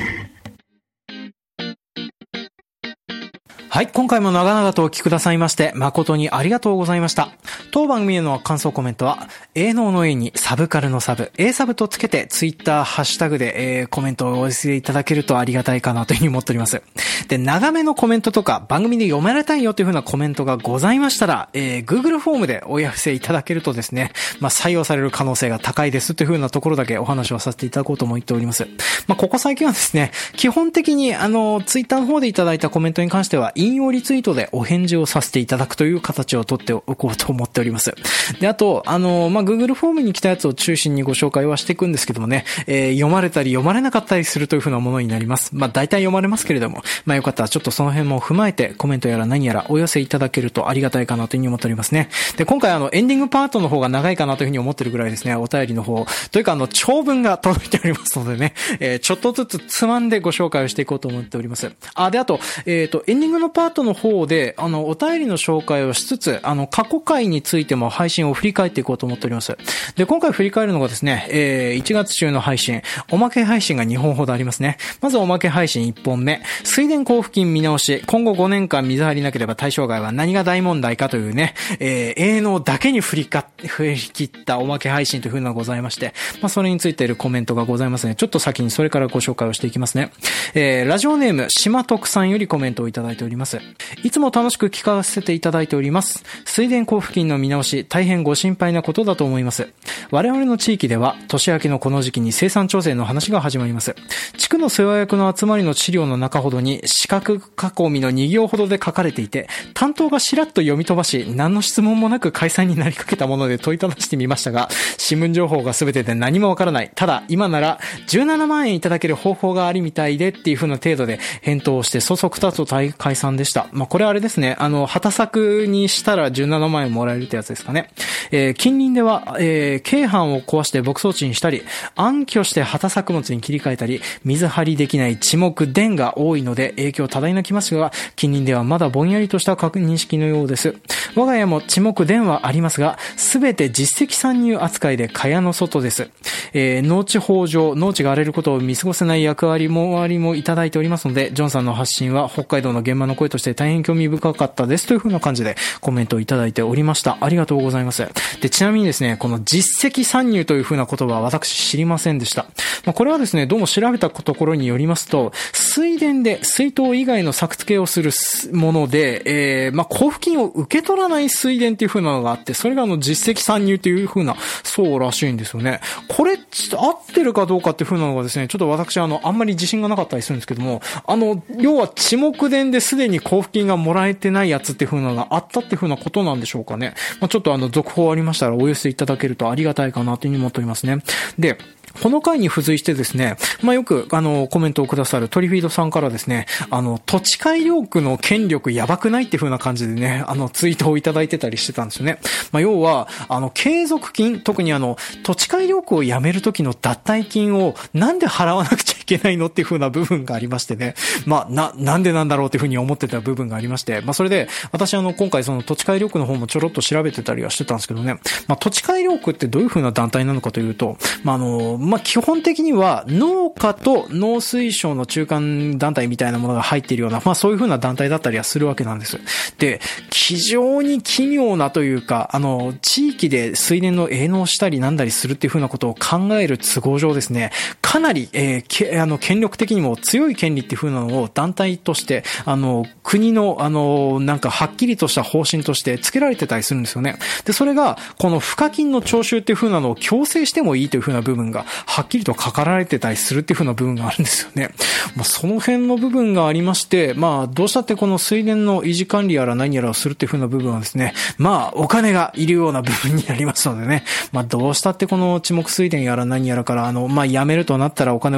はい、今回も長々とお聞きくださいまして誠にありがとうございました。当番組への感想コメントは、営農の A にサブカルのサブ、A サブとつけてツイッターハッシュタグで、えー、コメントをお寄せいただけるとありがたいかなというふうに思っております。で、長めのコメントとか番組で読まれたいよというふうなコメントがございましたら、えー、Google フォームでお寄せいただけるとですね、まあ、採用される可能性が高いですというふうなところだけお話をさせていただこうと思っております。まあ、ここ最近はですね、基本的にあの、ツイッターの方でいただいたコメントに関しては、引用リツイートでお返事をさせていただくという形をとっておこうと思っております。で、あと、あの、まあ、Google フォームに来たやつを中心にご紹介はしていくんですけどもね、えー、読まれたり読まれなかったりするというふうなものになります。まあ、大体読まれますけれども、まあ、よかったらちょっとその辺も踏まえてコメントやら何やらお寄せいただけるとありがたいかなというふうに思っておりますね。で、今回あの、エンディングパートの方が長いかなというふうに思ってるぐらいですね、お便りの方、というかあの、長文が届いておりますのでね、えー、ちょっとずつつまんでご紹介をしていこうと思っております。あ、で、あと、えっと、エンディングのパートの方で、あの、お便りの紹介をしつつ、あの、過去回についても配信を振り返っていこうと思っております。で、今回振り返るのがですね、えー、いちがつ中の配信、おまけ配信がにほんほどありますね。まずおまけ配信いっぽんめ、水田交付金見直し、今後ごねんかん水張りなければ対象外は何が大問題かというね、えー、営農だけに振りか、振り切ったおまけ配信という風なのがございまして、まあ、それについているコメントがございますね。ちょっと先にそれからご紹介をしていきますね。えー、ラジオネーム、島徳さんよりコメントをいただいております。いつも楽しく聞かせていただいております。水田交付金の見直し、大変ご心配なことだと思います。我々の地域では、年明けのこの時期に生産調整の話が始まります。地区の世話役の集まりの資料の中ほどに、四角囲みのに行ほどで書かれていて、担当がしらっと読み飛ばし、何の質問もなく解散になりかけたもので問いただしてみましたが、新聞情報が全てで何もわからない。ただ、今ならじゅうななまんえんいただける方法がありみたいでっていう風な程度で返答をして、そそくたと解散でした。まあ、これあれですね、あの、畑作にしたらじゅうななまんえんもらえるってやつですかね。えー、近隣では、えー、京阪を壊して牧草地にしたり、暗渠して畑作物に切り替えたり、水張りできない地木田が多いので影響多大なきますが、近隣ではまだぼんやりとした確認識のようです。我が家も地木田はありますが、すべて実績参入扱いで蚊帳の外です。えー、農地法上、農地が荒れることを見過ごせない役割もありもいただいておりますので、ジョンさんの発信は北海道の現場の声として大変興味深かったですという風な感じでコメントをいただいておりました。ありがとうございます。で、ちなみにですね、この実績参入という風な言葉は私知りませんでした。まあ、これはですね、どうも調べたところによりますと、水田で水筒以外の作付けをするもので、えー、まあ、交付金を受け取らない水田っていう風なのがあって、それがあの実績参入という風な、そうらしいんですよね。これ、合ってるかどうかっていう風なのがですね、ちょっと私あの、あんまり自信がなかったりするんですけども、あの、要は地木田ですでに交付金がもらえてないやつっていう風なのがあったっていう風なことなんでしょうかね。まあ、ちょっとあの、続報ありましたらお寄せいただけるとありがたいかなというふうに思っておりますね。で、この回に付随してですね、まあ、よく、あの、コメントをくださるトリフィードさんからですね、あの、土地改良区の権力やばくないっていう風な感じでね、あの、ツイートをいただいてたりしてたんですよね。まあ、要は、あの、継続金、特にあの、土地改良区をやめるときの脱退金をなんで払わなくちゃいけないのっていう風な部分がありましてね、まあ、な、なんでなんだろうっていう風に思ってた部分がありまして、まあ、それで、私あの、今回その土地改良区の方もちょろっと調べてたりはしてたんですけどね、まあ、土地改良区ってどういう風な団体なのかというと、まあ、あの、まあ、基本的には農家と農水省の中間団体みたいなものが入っているような、まあそういう風な団体だったりはするわけなんです。で、非常に奇妙なというか、あの、地域で水田の営農したりなんだりするっていう風なことを考える都合上ですね、かなり、えー、けあの権力的にも強い権利っていう風なのを団体として、あの、国の、あの、なんかはっきりとした方針として付けられてたりするんですよね。で、それが、この賦課金の徴収っていう風なのを強制してもいいという風な部分が、はっきりと書かられてたりするっていう風な部分があるんですよね。まあ、その辺の部分がありまして、まあ、どうしたってこの水田の維持管理やら何やらをするっていう風な部分はですね、まあ、お金がいるような部分になりますのでね、まあ、どうしたってこの地木水田やら何やらから、あの、まあ、やめるとなったらお金を引っ張って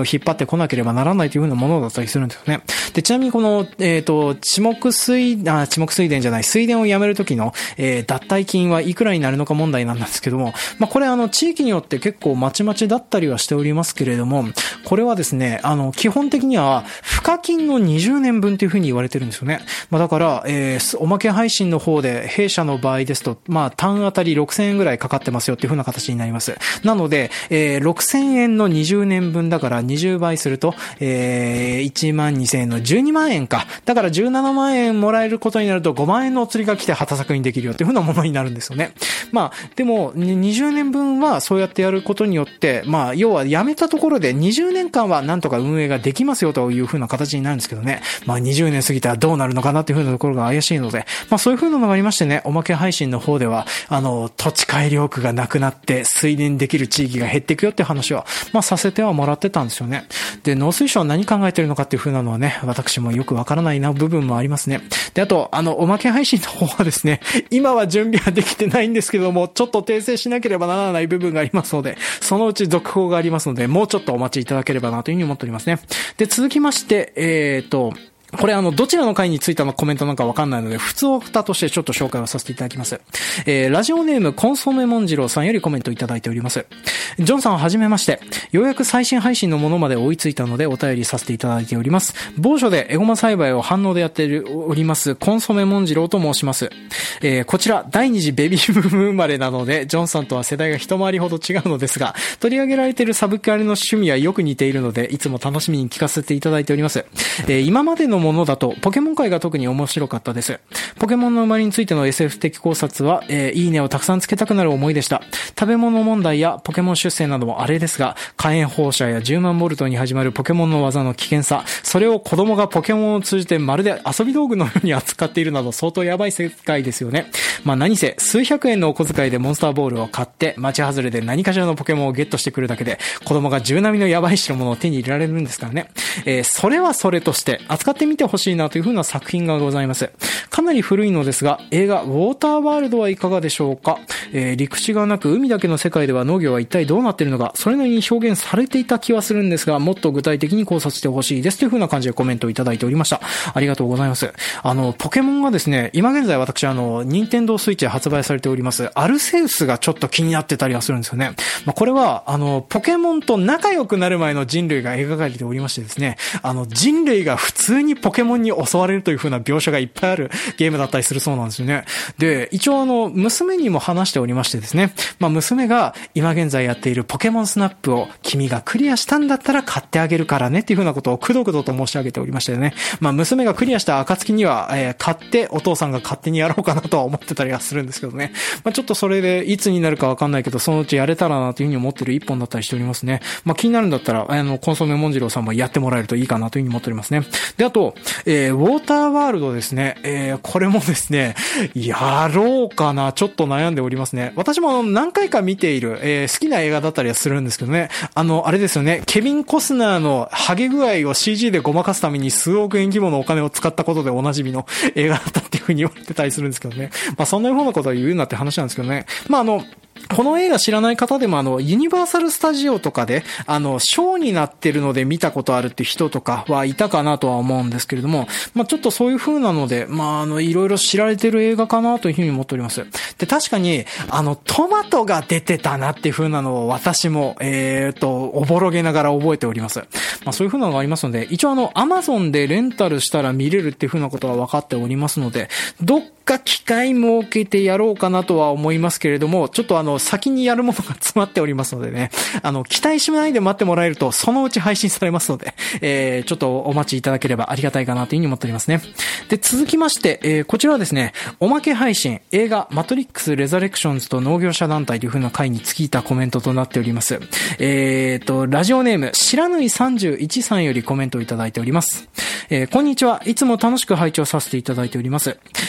こなければならないというふうなものだったりするんですよね。で、ちなみにこの、えっと、地木水、あ、地木水田じゃない、水田をやめるときの、えー、脱退金はいくらになるのか問題なんですけども、まあ、これあの、地域によって結構まちまちだったりはしておりますけれども、これはですね、あの、基本的には、賦課金のにじゅうねんぶんというふうに言われてるんですよね。まあ、だから、えー、おまけ配信の方で、弊社の場合ですと、まあ、単あたりろくせんえんぐらいかかってますよっていうふうな形になります。なので、えー、ろくせんえんのにじゅうねんぶんだからにじゅうばいすると、えー、いちまんにせんえんのじゅうにまんえんか。だからじゅうななまんえんもらえることになるとごまんえんのお釣りが来て旗作にできるよっていうふうなものになるんですよね。まあ、でも、にじゅうねんぶんはそうやってやることによって、まあ、要は辞めたところでにじゅうねんかんはなんとか運営ができますよというふうな形になるんですけどね。まあ、にじゅうねん過ぎたらどうなるのかなっていうふうなところが怪しいので、まあ、そういうふうなのがありましてね、おまけ配信の方では、あの、土地改良区がなくなって水田できる地域が減っていくよっていう話は、まあ、させてはもらってたんですよね。で、農水省は何考えてるのかっていうふうなのはね、私もよくわからないな部分もありますね。で、あと、あの、おまけ配信の方はですね、今は準備はできてないんですけども、ちょっと訂正しなければならない部分がありますので、そのうち続報がありますので、もうちょっとお待ちいただければなというふうに思っておりますね。で、続きまして、えーと、これあの、どちらの回についたのコメントなんかわかんないので、普通オタとしてちょっと紹介をさせていただきます。えー、ラジオネームコンソメモンジローさんよりコメントいただいております。ジョンさんはじめまして。ようやく最新配信のものまで追いついたのでお便りさせていただいております。某所でエゴマ栽培を反応でやっております、コンソメモンジローと申します。えー、こちら、第二次ベビーブーム生まれなので、ジョンさんとは世代が一回りほど違うのですが、取り上げられているサブカルの趣味はよく似ているので、いつも楽しみに聞かせていただいております。えー、今までのものだと、ポケモン界が特に面白かったです。ポケモンの生まれについての エスエフ 的考察は、えー、いいねをたくさんつけたくなる思いでした。食べ物問題やポケモン出世などもあれですが、火炎放射やじゅうまんボルトに始まるポケモンの技の危険さ、それを子供がポケモンを通じてまるで遊び道具のように扱っているなど相当やばい世界ですよね。まあ何せ、数百円のお小遣いでモンスターボールを買って、街外れで何かしらのポケモンをゲットしてくるだけで、子供が銃並みのやばい代物を手に入れられるんですからね。えー、それはそれとして、扱ってみてほしいなという風な作品がございます。かなり古いのですが、映画ウォーターワールドはいかがでしょうか。えー、陸地がなく海だけの世界では農業は一体どうなっているのか、それなりに表現されていた気はするんですが、もっと具体的に考察してほしいですという風な感じでコメントをいただいておりました。ありがとうございます。あの、ポケモンがですね、今現在私あの、任天堂スイッチで発売されております、アルセウスがちょっと気になってたりはするんですよね。まあ、これは、あの、ポケモンと仲良くなる前の人類が描かれておりましてですね、あの、人類が普通にポケモンに襲われるという風な描写がいっぱいあるゲームだったりするそうなんですよね。で、一応あの、娘にも話しておりましてですね、まあ、娘が今現在やっているポケモンスナップを君がクリアしたんだったら買ってあげるからねっていう風なことをくどくどと申し上げておりましてね、まあ、娘がクリアした暁には、えー、買ってお父さんが勝手にやろうかなとは思ってたりはするんですけどね。まあ、ちょっとそれでいつになるかわかんないけど、そのうちやれたらなという風に思ってる一本だったりしておりますね。まあ、気になるんだったら、あの、コンソメモンジローさんもやってもらえるといいかなという風に思っておりますね。で、あと、えー、ウォーターワールドですね。えー、これもですね、やろうかな、ちょっと悩んでおりますね。私も何回か見ている、えー、好きな映画だったりはするんですけどね。あの、あれですよね、ケビン・コスナーのハゲ具合を シージー でごまかすために数億円規模のお金を使ったことでおなじみの映画だったっていう風に言われてたりするんですけどね。まあそんなようなことを言うなって話なんですけどね。まああの、この映画知らない方でもあの、ユニバーサルスタジオとかで、あの、ショーになってるので見たことあるって人とかはいたかなとは思うんですけれども、まあちょっとそういう風なので、まああの、いろいろ知られてる映画かなというふうに思っております。で、確かに、あの、トマトが出てたなっていう風なのを私も、えーと、おぼろげながら覚えております。まあそういう風なのがありますので、一応あの、アマゾンでレンタルしたら見れるっていう風なことは分かっておりますので、どっか機会設けてやろうかなとは思いますけれども、ちょっとあの、先にやるものが詰まっておりますのでね、あの、期待しないで待ってもらえると、そのうち配信されますので、えー、ちょっとお待ちいただければありがたいかなというふうに思っておりますね。で、続きまして、えー、こちらはですね、おまけ配信、映画、マトリックス・レザレクションズと農業者団体という風な回に尽きたコメントとなっております。えーと、ラジオネーム、しらぬいさんじゅういちさんよりコメントをいただいております。えー、こんにちは。いつも楽しく拝聴させていただいております。マトリッ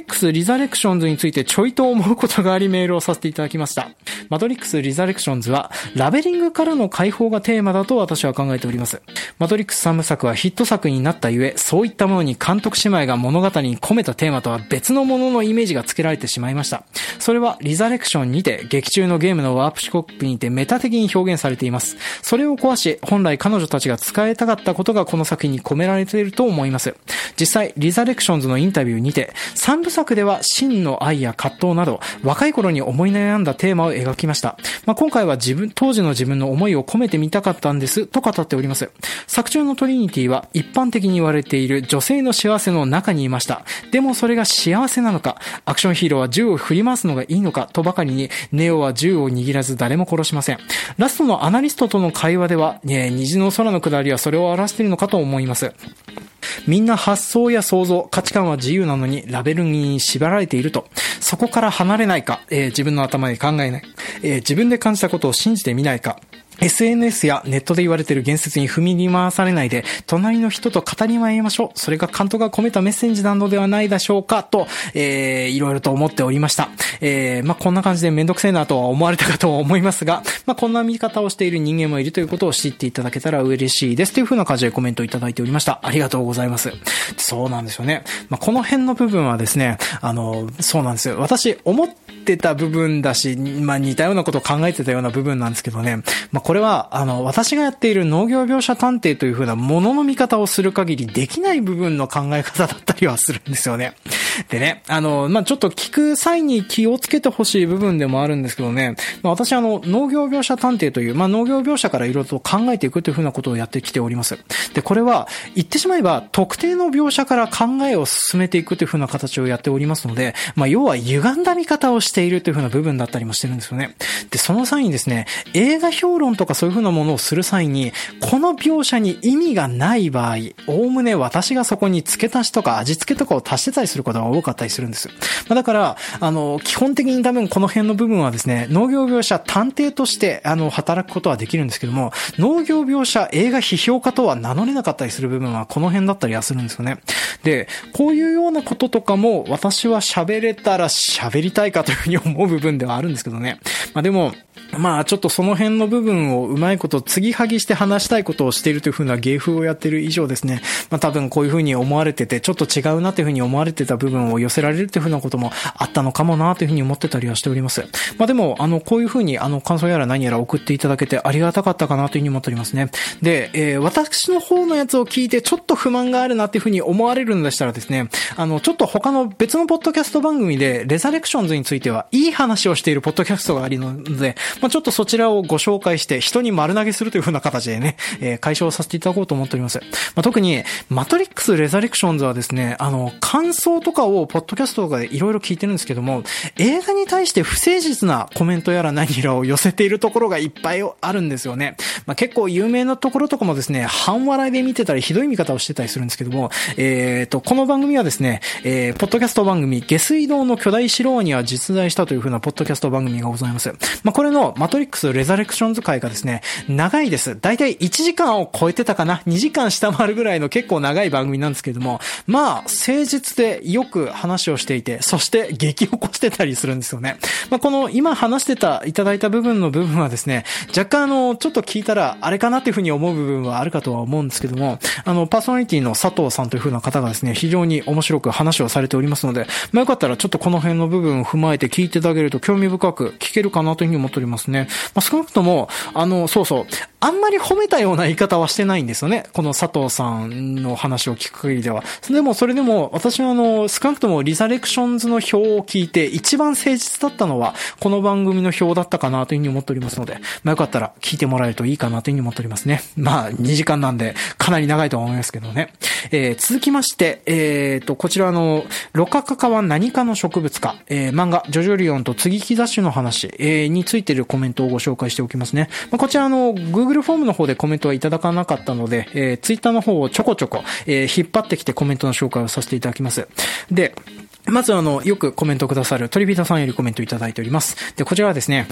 ックスリザレクションズについてちょいと思うことがありメールをさせていただきました。マトリックスリザレクションズはラベリングからの解放がテーマだと私は考えております。マトリックスさんぶさくはヒット作になったゆえ、そういったものに監督姉妹が物語に込めたテーマとは別のもののイメージが付けられてしまいました。それはリザレクションにて劇中のゲームのワープシコップにてメタ的に表現されています。それを壊し、本来彼女たちが使いたかったことがこの作品に込められていると思います。実際、リザレクションズのインタビューにて、さんぶさくでは真の愛や葛藤など、若い頃に思い悩んだテーマを描きました。まあ、今回は自分、当時の自分の思いを込めてみたかったんです、と語っております。作中のトリニティは一般的に言われている女性の幸せの中にいました。でもそれが幸せなのか、アクションヒーローは銃を振り回すのがいいのかとばかりに、ネオは銃を握らず誰も殺しません。ラストのアナリストとの会話では、ね、虹の空の下りはそれを表しているのかと思います。みんな発想や想像、価値観は自由なのにラベルに縛られていると。そこから離れないか、えー、自分の頭で考えない、えー、自分で感じたことを信じてみないか。エスエヌエス やネットで言われている言説に踏み回されないで、隣の人と語りまいりましょう。それが監督が込めたメッセージなのではないでしょうか、と、えー、いろいろと思っておりました。えー、まあ、こんな感じでめんどくせえなとは思われたかと思いますが、まあ、こんな見方をしている人間もいるということを知っていただけたら嬉しいです。という風な感じでコメントをいただいておりました。ありがとうございます。そうなんですよね。まあ、この辺の部分はですね、あの、そうなんですよ。私、思ってた部分だし、まあ、似たようなことを考えてたような部分なんですけどね。まあ、これは、あの、私がやっている農業描写探偵という風なものの見方をする限りできない部分の考え方だったりはするんですよね。でね、あの、まあ、ちょっと聞く際に気をつけてほしい部分でもあるんですけどね、まあ、私あの、農業描写探偵という、まあ、農業描写からいろいろと考えていくという風なことをやってきております。で、これは、言ってしまえば、特定の描写から考えを進めていくという風な形をやっておりますので、まあ、要は歪んだ見方をしているという風な部分だったりもしてるんですよね。で、その際にですね、映画評論とかそういう風なものをする際に、この描写に意味がない場合、おおむね私がそこに付け足しとか味付けとかを足してたりすることが多かったりするんです。まあ、だから、あの、基本的に多分この辺の部分はですね、農業描写探偵として、あの、働くことはできるんですけども、農業描写映画批評家とは名乗れなかったりする部分はこの辺だったりはするんですよね。で、こういうようなこととかも私は喋れたら喋りたいかというふうに思う部分ではあるんですけどね。まあでも、まあちょっとその辺の部分をうまいこと継ぎはぎして話したいことをしているという風な芸風をやっている以上ですね、まあ多分こういう風に思われててちょっと違うなという風に思われてた部分を寄せられるという風なこともあったのかもなという風に思ってたりはしております。まあでもあのこういう風にあの感想やら何やら送っていただけてありがたかったかなという風に思っておりますね。で、えー、私の方のやつを聞いてちょっと不満があるなという風に思われるんでしたらですね、あのちょっと他の別のポッドキャスト番組でレザレクションズについてはいい話をしているポッドキャストがありので、まあちょっとそちらをご紹介して人に丸投げするという風な形でね、えー、解消させていただこうと思っております。まあ、特にマトリックスレザレクションズはですね、あの感想とかをポッドキャストとかでいろいろ聞いてるんですけども、映画に対して不誠実なコメントやら何やらを寄せているところがいっぱいあるんですよね。まあ、結構有名なところとかもですね、半笑いで見てたりひどい見方をしてたりするんですけども、えーとこの番組はですね、えー、ポッドキャスト番組下水道の巨大シロワニは実在したという風なポッドキャスト番組がございます。まあ、これのマトリックスレザレクションズ回がですね、長いです。だいたいいちじかんを超えてたかな、にじかん下回るぐらいの結構長い番組なんですけれども、まあ誠実でよく話をしていて、そして激起こしてたりするんですよね。まあ、この今話してたいただいた部分の部分はですね、若干あのちょっと聞いたらあれかなっていうふうに思う部分はあるかとは思うんですけども、あのパーソナリティの佐藤さんというふうな方がですね、非常に面白く話をされておりますので、まあ、よかったらちょっとこの辺の部分を踏まえて聞いていただけると興味深く聞けるかなというふうに思っておりますね。まあ、少なくともあのそうそうあんまり褒めたような言い方はしてないんですよね。この佐藤さんの話を聞く限りでは。でもそれでも私はあの少なくともリザレクションズの表を聞いて一番誠実だったのはこの番組の表だったかなというふうに思っておりますので、まあよかったら聞いてもらえるといいかなというふうに思っておりますね。まあにじかんなんでかなり長いとは思いますけどね。えー、続きまして、えーとこちらのロカカカは何かの植物か、えー、漫画ジョジョリオンと継ぎ木雑種の話、えー、についているコメントをご紹介しておきますね。まあ、こちらの Google フォームの方でコメントはいただかなかったので、えー、Twitter の方をちょこちょこ、えー、引っ張ってきてコメントの紹介をさせていただきます。で、まずあの、よくコメントくださるトリビータさんよりコメントいただいております。で、こちらはですね、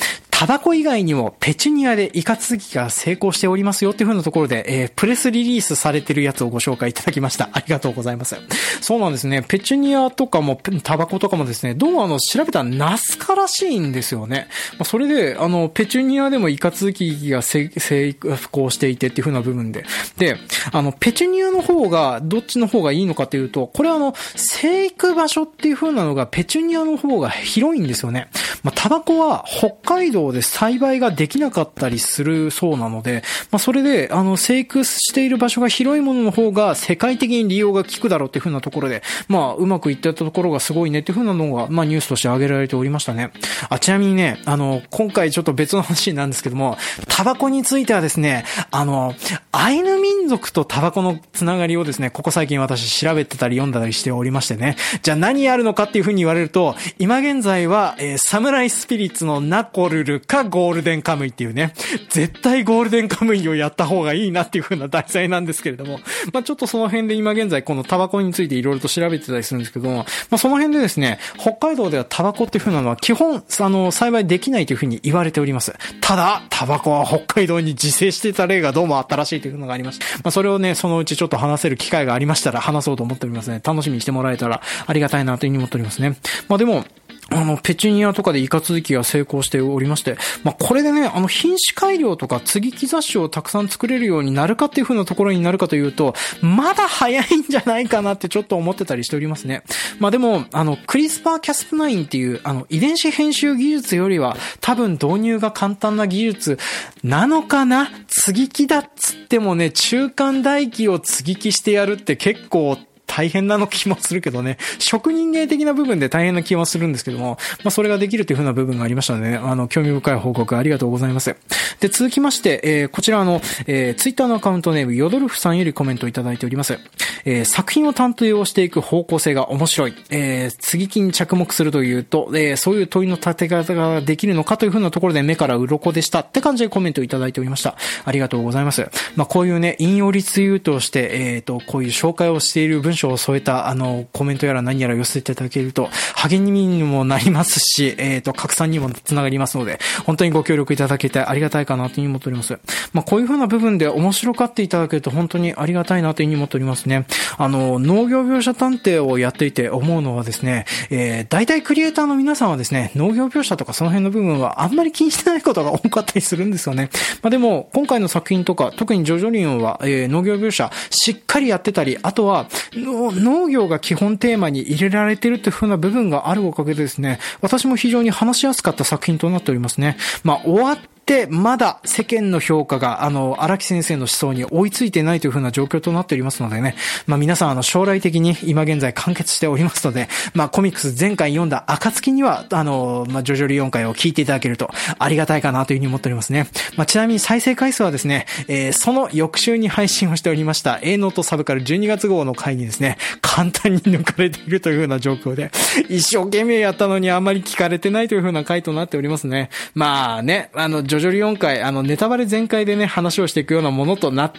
タバコ以外にもペチュニアでイカ続きが成功しておりますよっていう風なところで、えー、プレスリリースされてるやつをご紹介いただきました。ありがとうございます。そうなんですね。ペチュニアとかもタバコとかもですね、どうもあの調べたらナスカらしいんですよね。まあ、それであのペチュニアでもイカ続きが成功していてっていう風な部分で、で、あのペチュニアの方がどっちの方がいいのかというと、これはあの生育場所っていう風なのがペチュニアの方が広いんですよね。まあ、タバコは北海道で栽培ができなかったりするそうなので、まあ、それであの生育している場所が広いものの方が世界的に利用が効くだろうっていう風なところで、まあうまくいってたところがすごいねっていう風なのがまあニュースとして挙げられておりましたね。あ、ちなみにね、あの今回ちょっと別の話なんですけども、タバコについてはですね、あのアイヌ民族とタバコのつながりをですね、ここ最近私調べてたり読んだりしておりましてね、じゃあ何やるのかっていう風に言われると、今現在は、えー、サムライスピリッツのナコルルかゴールデンカムイっていうね、絶対ゴールデンカムイをやった方がいいなっていう風な題材なんですけれども、まあちょっとその辺で今現在このタバコについていろいろと調べてたりするんですけども、まあその辺でですね、北海道ではタバコっていう風なのは基本あの栽培できないという風に言われております。ただタバコは北海道に自生してた例がどうもあったらしいというのがありました。まあそれをね、そのうちちょっと話せる機会がありましたら話そうと思っておりますね。楽しみにしてもらえたらありがたいなというふうに思っておりますね。まあでもあの、ペチュニアとかでイカ続きが成功しておりまして、まあ、これでね、あの、品種改良とか接ぎ木雑種をたくさん作れるようになるかっていう風なところになるかというと、まだ早いんじゃないかなってちょっと思ってたりしておりますね。まあ、でも、あの、クリスパーキャスナインっていう、あの、遺伝子編集技術よりは、多分導入が簡単な技術なのかな？接ぎ木だっつってもね、中間代木を接ぎ木してやるって結構、大変なの気もするけどね、職人芸的な部分で大変な気もするんですけども、まあそれができるという風な部分がありましたので、ね、あの興味深い報告ありがとうございます。で続きまして、えー、こちらの、えー、ツイッターのアカウントネームヨドルフさんよりコメントをいただいております。えー、作品を担当していく方向性が面白い。えー、接ぎ木に着目するというと、えー、そういう問いの立て方ができるのかという風なところで目から鱗でしたって感じでコメントをいただいておりました。ありがとうございます。まあこういうね引用リツイートをして、えっとこういう紹介をしている文章を添えたあのコメントやら何やら寄せていただけると励みにもなりますし、えっと拡散にもつながりますので、本当にご協力いただけてありがたいかなというふうに思っております。まあこういう風な部分で面白がっていただけると本当にありがたいなというふうに思っておりますね。あの農業描写探偵をやっていて思うのはですね、えー、大体クリエイターの皆さんはですね、農業描写とかその辺の部分はあんまり気にしてないことが多かったりするんですよね。まあでも今回の作品とか特にジョジョリオンは、えー、農業描写しっかりやってたり、あとは農業が基本テーマに入れられているという風な部分があるおかげでですね、私も非常に話しやすかった作品となっておりますね。まあ終わってで、まだ世間の評価が、あの、荒木先生の思想に追いついてないというふうな状況となっておりますのでね。まあ皆さん、あの、将来的に今現在完結しておりますので、まあコミックス前回読んだ暁には、あの、まあジョジョリオン回を聞いていただけるとありがたいかなというふうに思っておりますね。まあちなみに再生回数はですね、えー、その翌週に配信をしておりました、Aノートサブカルじゅうにがつ号の回にですね、簡単に抜かれているというふうな状況で、一生懸命やったのにあまり聞かれてないというふうな回となっておりますね。まあね、あの、ジョジョリオン回、あの、ネタバレ全開でね、話をしていくようなものとなって、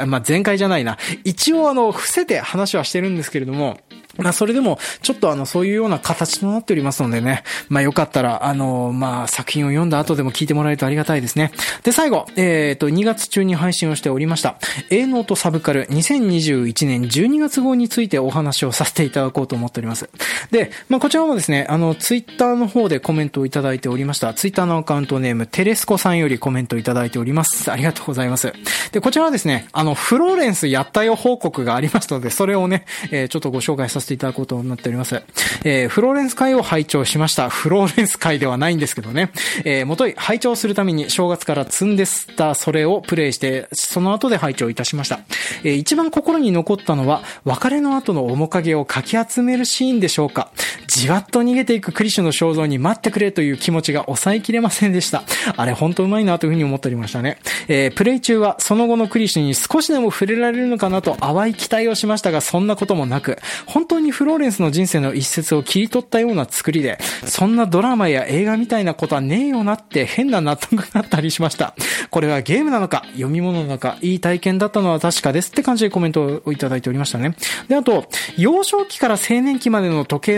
まあ、全開じゃないな。一応あの、伏せて話はしてるんですけれども、まあ、それでも、ちょっとあの、そういうような形となっておりますのでね。まあ、よかったら、あの、まあ、作品を読んだ後でも聞いてもらえるとありがたいですね。で、最後、えっと、にがつ中に配信をしておりました、Aノートサブカルにせんにじゅういちねんじゅうにがつ号についてお話をさせていただこうと思っております。で、まあ、こちらもですね、あの、ツイッターの方でコメントをいただいておりました。ツイッターのアカウントネーム、テレスコさんよりコメントをいただいております。ありがとうございます。で、こちらはですね、あの、フローレンスやったよ報告がありましたので、それをね、えー、ちょっとご紹介させていただこうと思っております。えー、フローレンス会を拝聴しました。フローレンス会ではないんですけどね。えー、もとい拝聴するために正月から積んでしたそれをプレイして、その後で拝聴いたしました。えー、一番心に残ったのは、別れの後の面影をかき集めるシーンでしょうか。じわっと逃げていくクリシュの肖像に待ってくれという気持ちが抑えきれませんでした。あれ本当うまいなというふうに思っておりましたね。えー、プレイ中はその後のクリシュに少しでも触れられるのかなと淡い期待をしましたが、そんなこともなく、本当にフローレンスの人生の一節を切り取ったような作りで、そんなドラマや映画みたいなことはねえよなって変な納得があったりしました。これはゲームなのか読み物なのか、いい体験だったのは確かですって感じでコメントをいただいておりましたね。で、あと幼少期から青年期までの時計のシーン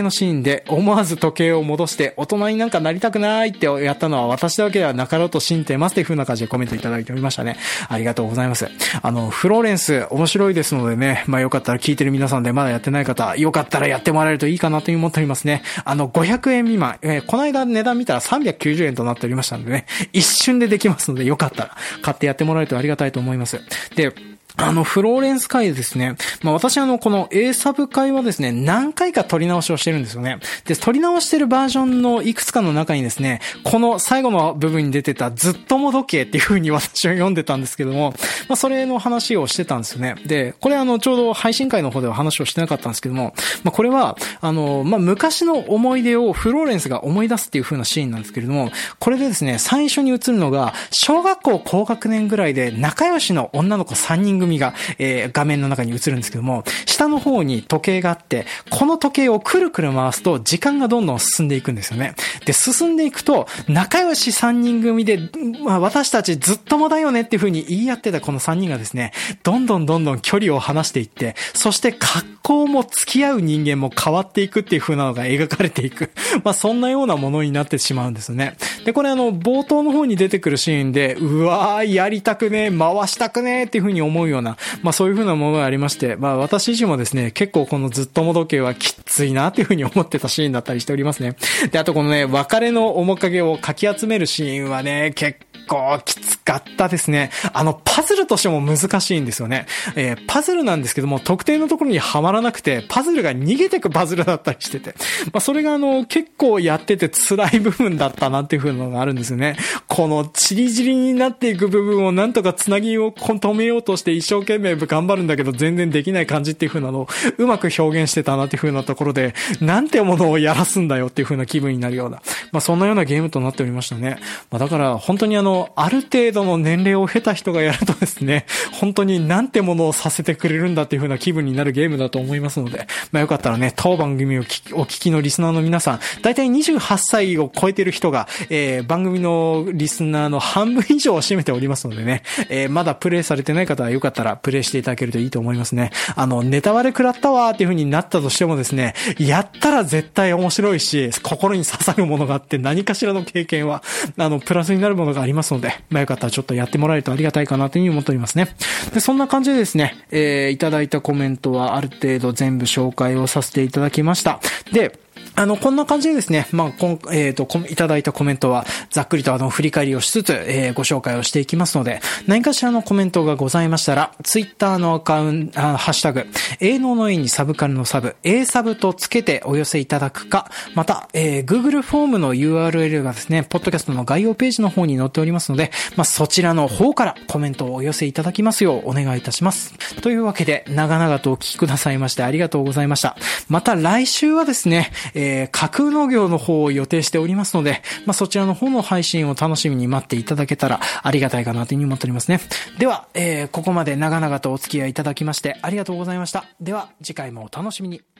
で思わず時計を戻して大人になんかなりたくないってやったのは私だけではなかろうと信じてますっていう風な感じでコメントいただいておりましたね。ありがとうございます。あの、フローレンス面白いですのでね、まあよかったら聞いてる皆さんでまだやってない方、よかったらやってもらえるといいかなと思っておりますね。あの、ごひゃくえん未満、えー、この間値段見たらさんびゃくきゅうじゅうえんとなっておりましたのでね、一瞬でできますのでよかったら買ってやってもらえるとありがたいと思います。で、あの、フローレンス会ですね。まあ私あの、この A サブ会はですね、何回か撮り直しをしてるんですよね。で、撮り直してるバージョンのいくつかの中にですね、この最後の部分に出てたずっとも時計っていう風に私は読んでたんですけども、まあそれの話をしてたんですよね。で、これあの、ちょうど配信会の方では話をしてなかったんですけども、まあこれは、あの、まあ昔の思い出をフローレンスが思い出すっていう風なシーンなんですけれども、これでですね、最初に映るのが、小学校高学年ぐらいで仲良しの女の子さんにん組が、えー画面の中に映るんですけども、下の方に時計があって、この時計をくるくる回すと時間がどんどん進んでいくんですよね。で、進んでいくと、仲良しさんにん組で、まあ、私たちずっともだよねっていう風に言い合ってたこのさんにんがですね、どんどんどんどん距離を離していって、そして格好も付き合う人間も変わっていくっていう風なのが描かれていく。まあ、そんなようなものになってしまうんですよね。で、これあの、冒頭の方に出てくるシーンで、うわー、やりたくねえ、回したくねえっていう風に思うような、まあ、そういう風なものがありまして、まあ私自身もですね、結構このずっとも時計はきついなっていう風に思ってたシーンだったりしておりますね。で、あとこのね、別れの面影をかき集めるシーンはね、結構きつかったですね。あの、パズルとしても難しいんですよね。えー、パズルなんですけども、特定のところにはまらなくて、パズルが逃げてくパズルだったりしてて、まあそれがあの、結構やってて辛い部分だったなっていう風なのがあるんですよね。このチリチリになっていく部分をなんとかつなぎを止めようとして一生懸命頑張るんだけど全然できない感じっていう風なのをうまく表現してたなっていう風なところで、なんてものをやらすんだよっていう風な気分になるような、まあそんなようなゲームとなっておりましたね。まあだから本当にあの、ある程度の年齢を経た人がやるとですね、本当になんてものをさせてくれるんだっていう風な気分になるゲームだと思いますので、まあよかったらね、当番組をお聞きのリスナーの皆さん、だいたいにじゅうはっさいを超えてる人が、えー、番組のリスナーの半分以上を占めておりますのでね、えー、まだプレイされてない方はよかったらプレイしていただけるといいと思いますね。あの、ネタバレ食らったわーっていう風になったとしてもですね、やったら絶対面白いし、心に刺さるものがあって何かしらの経験は、あの、プラスになるものがありますので、まあよかったらちょっとやってもらえるとありがたいかなというふうに思っておりますね。で、そんな感じでですね、えー、いただいたコメントはある程度全部紹介をさせていただきました。で、あの、こんな感じでですね、まあ、こん、えっと、いただいたコメントは、ざっくりとあの、振り返りをしつつ、えー、ご紹介をしていきますので、何かしらのコメントがございましたら、ツイッターのアカウント、ハッシュタグ、営農の A にサブカルのサブ、A サブとつけてお寄せいただくか、また、えー、Google フォームの ユーアールエル がですね、ポッドキャストの概要ページの方に載っておりますので、まあ、そちらの方からコメントをお寄せいただきますようお願いいたします。というわけで、長々とお聞きくださいましてありがとうございました。また来週はですね、えー、架空農業の方を予定しておりますので、まあ、そちらの方の配信を楽しみに待っていただけたらありがたいかなというふうに思っておりますね。では、えー、ここまで長々とお付き合いいただきましてありがとうございました。では、次回もお楽しみに。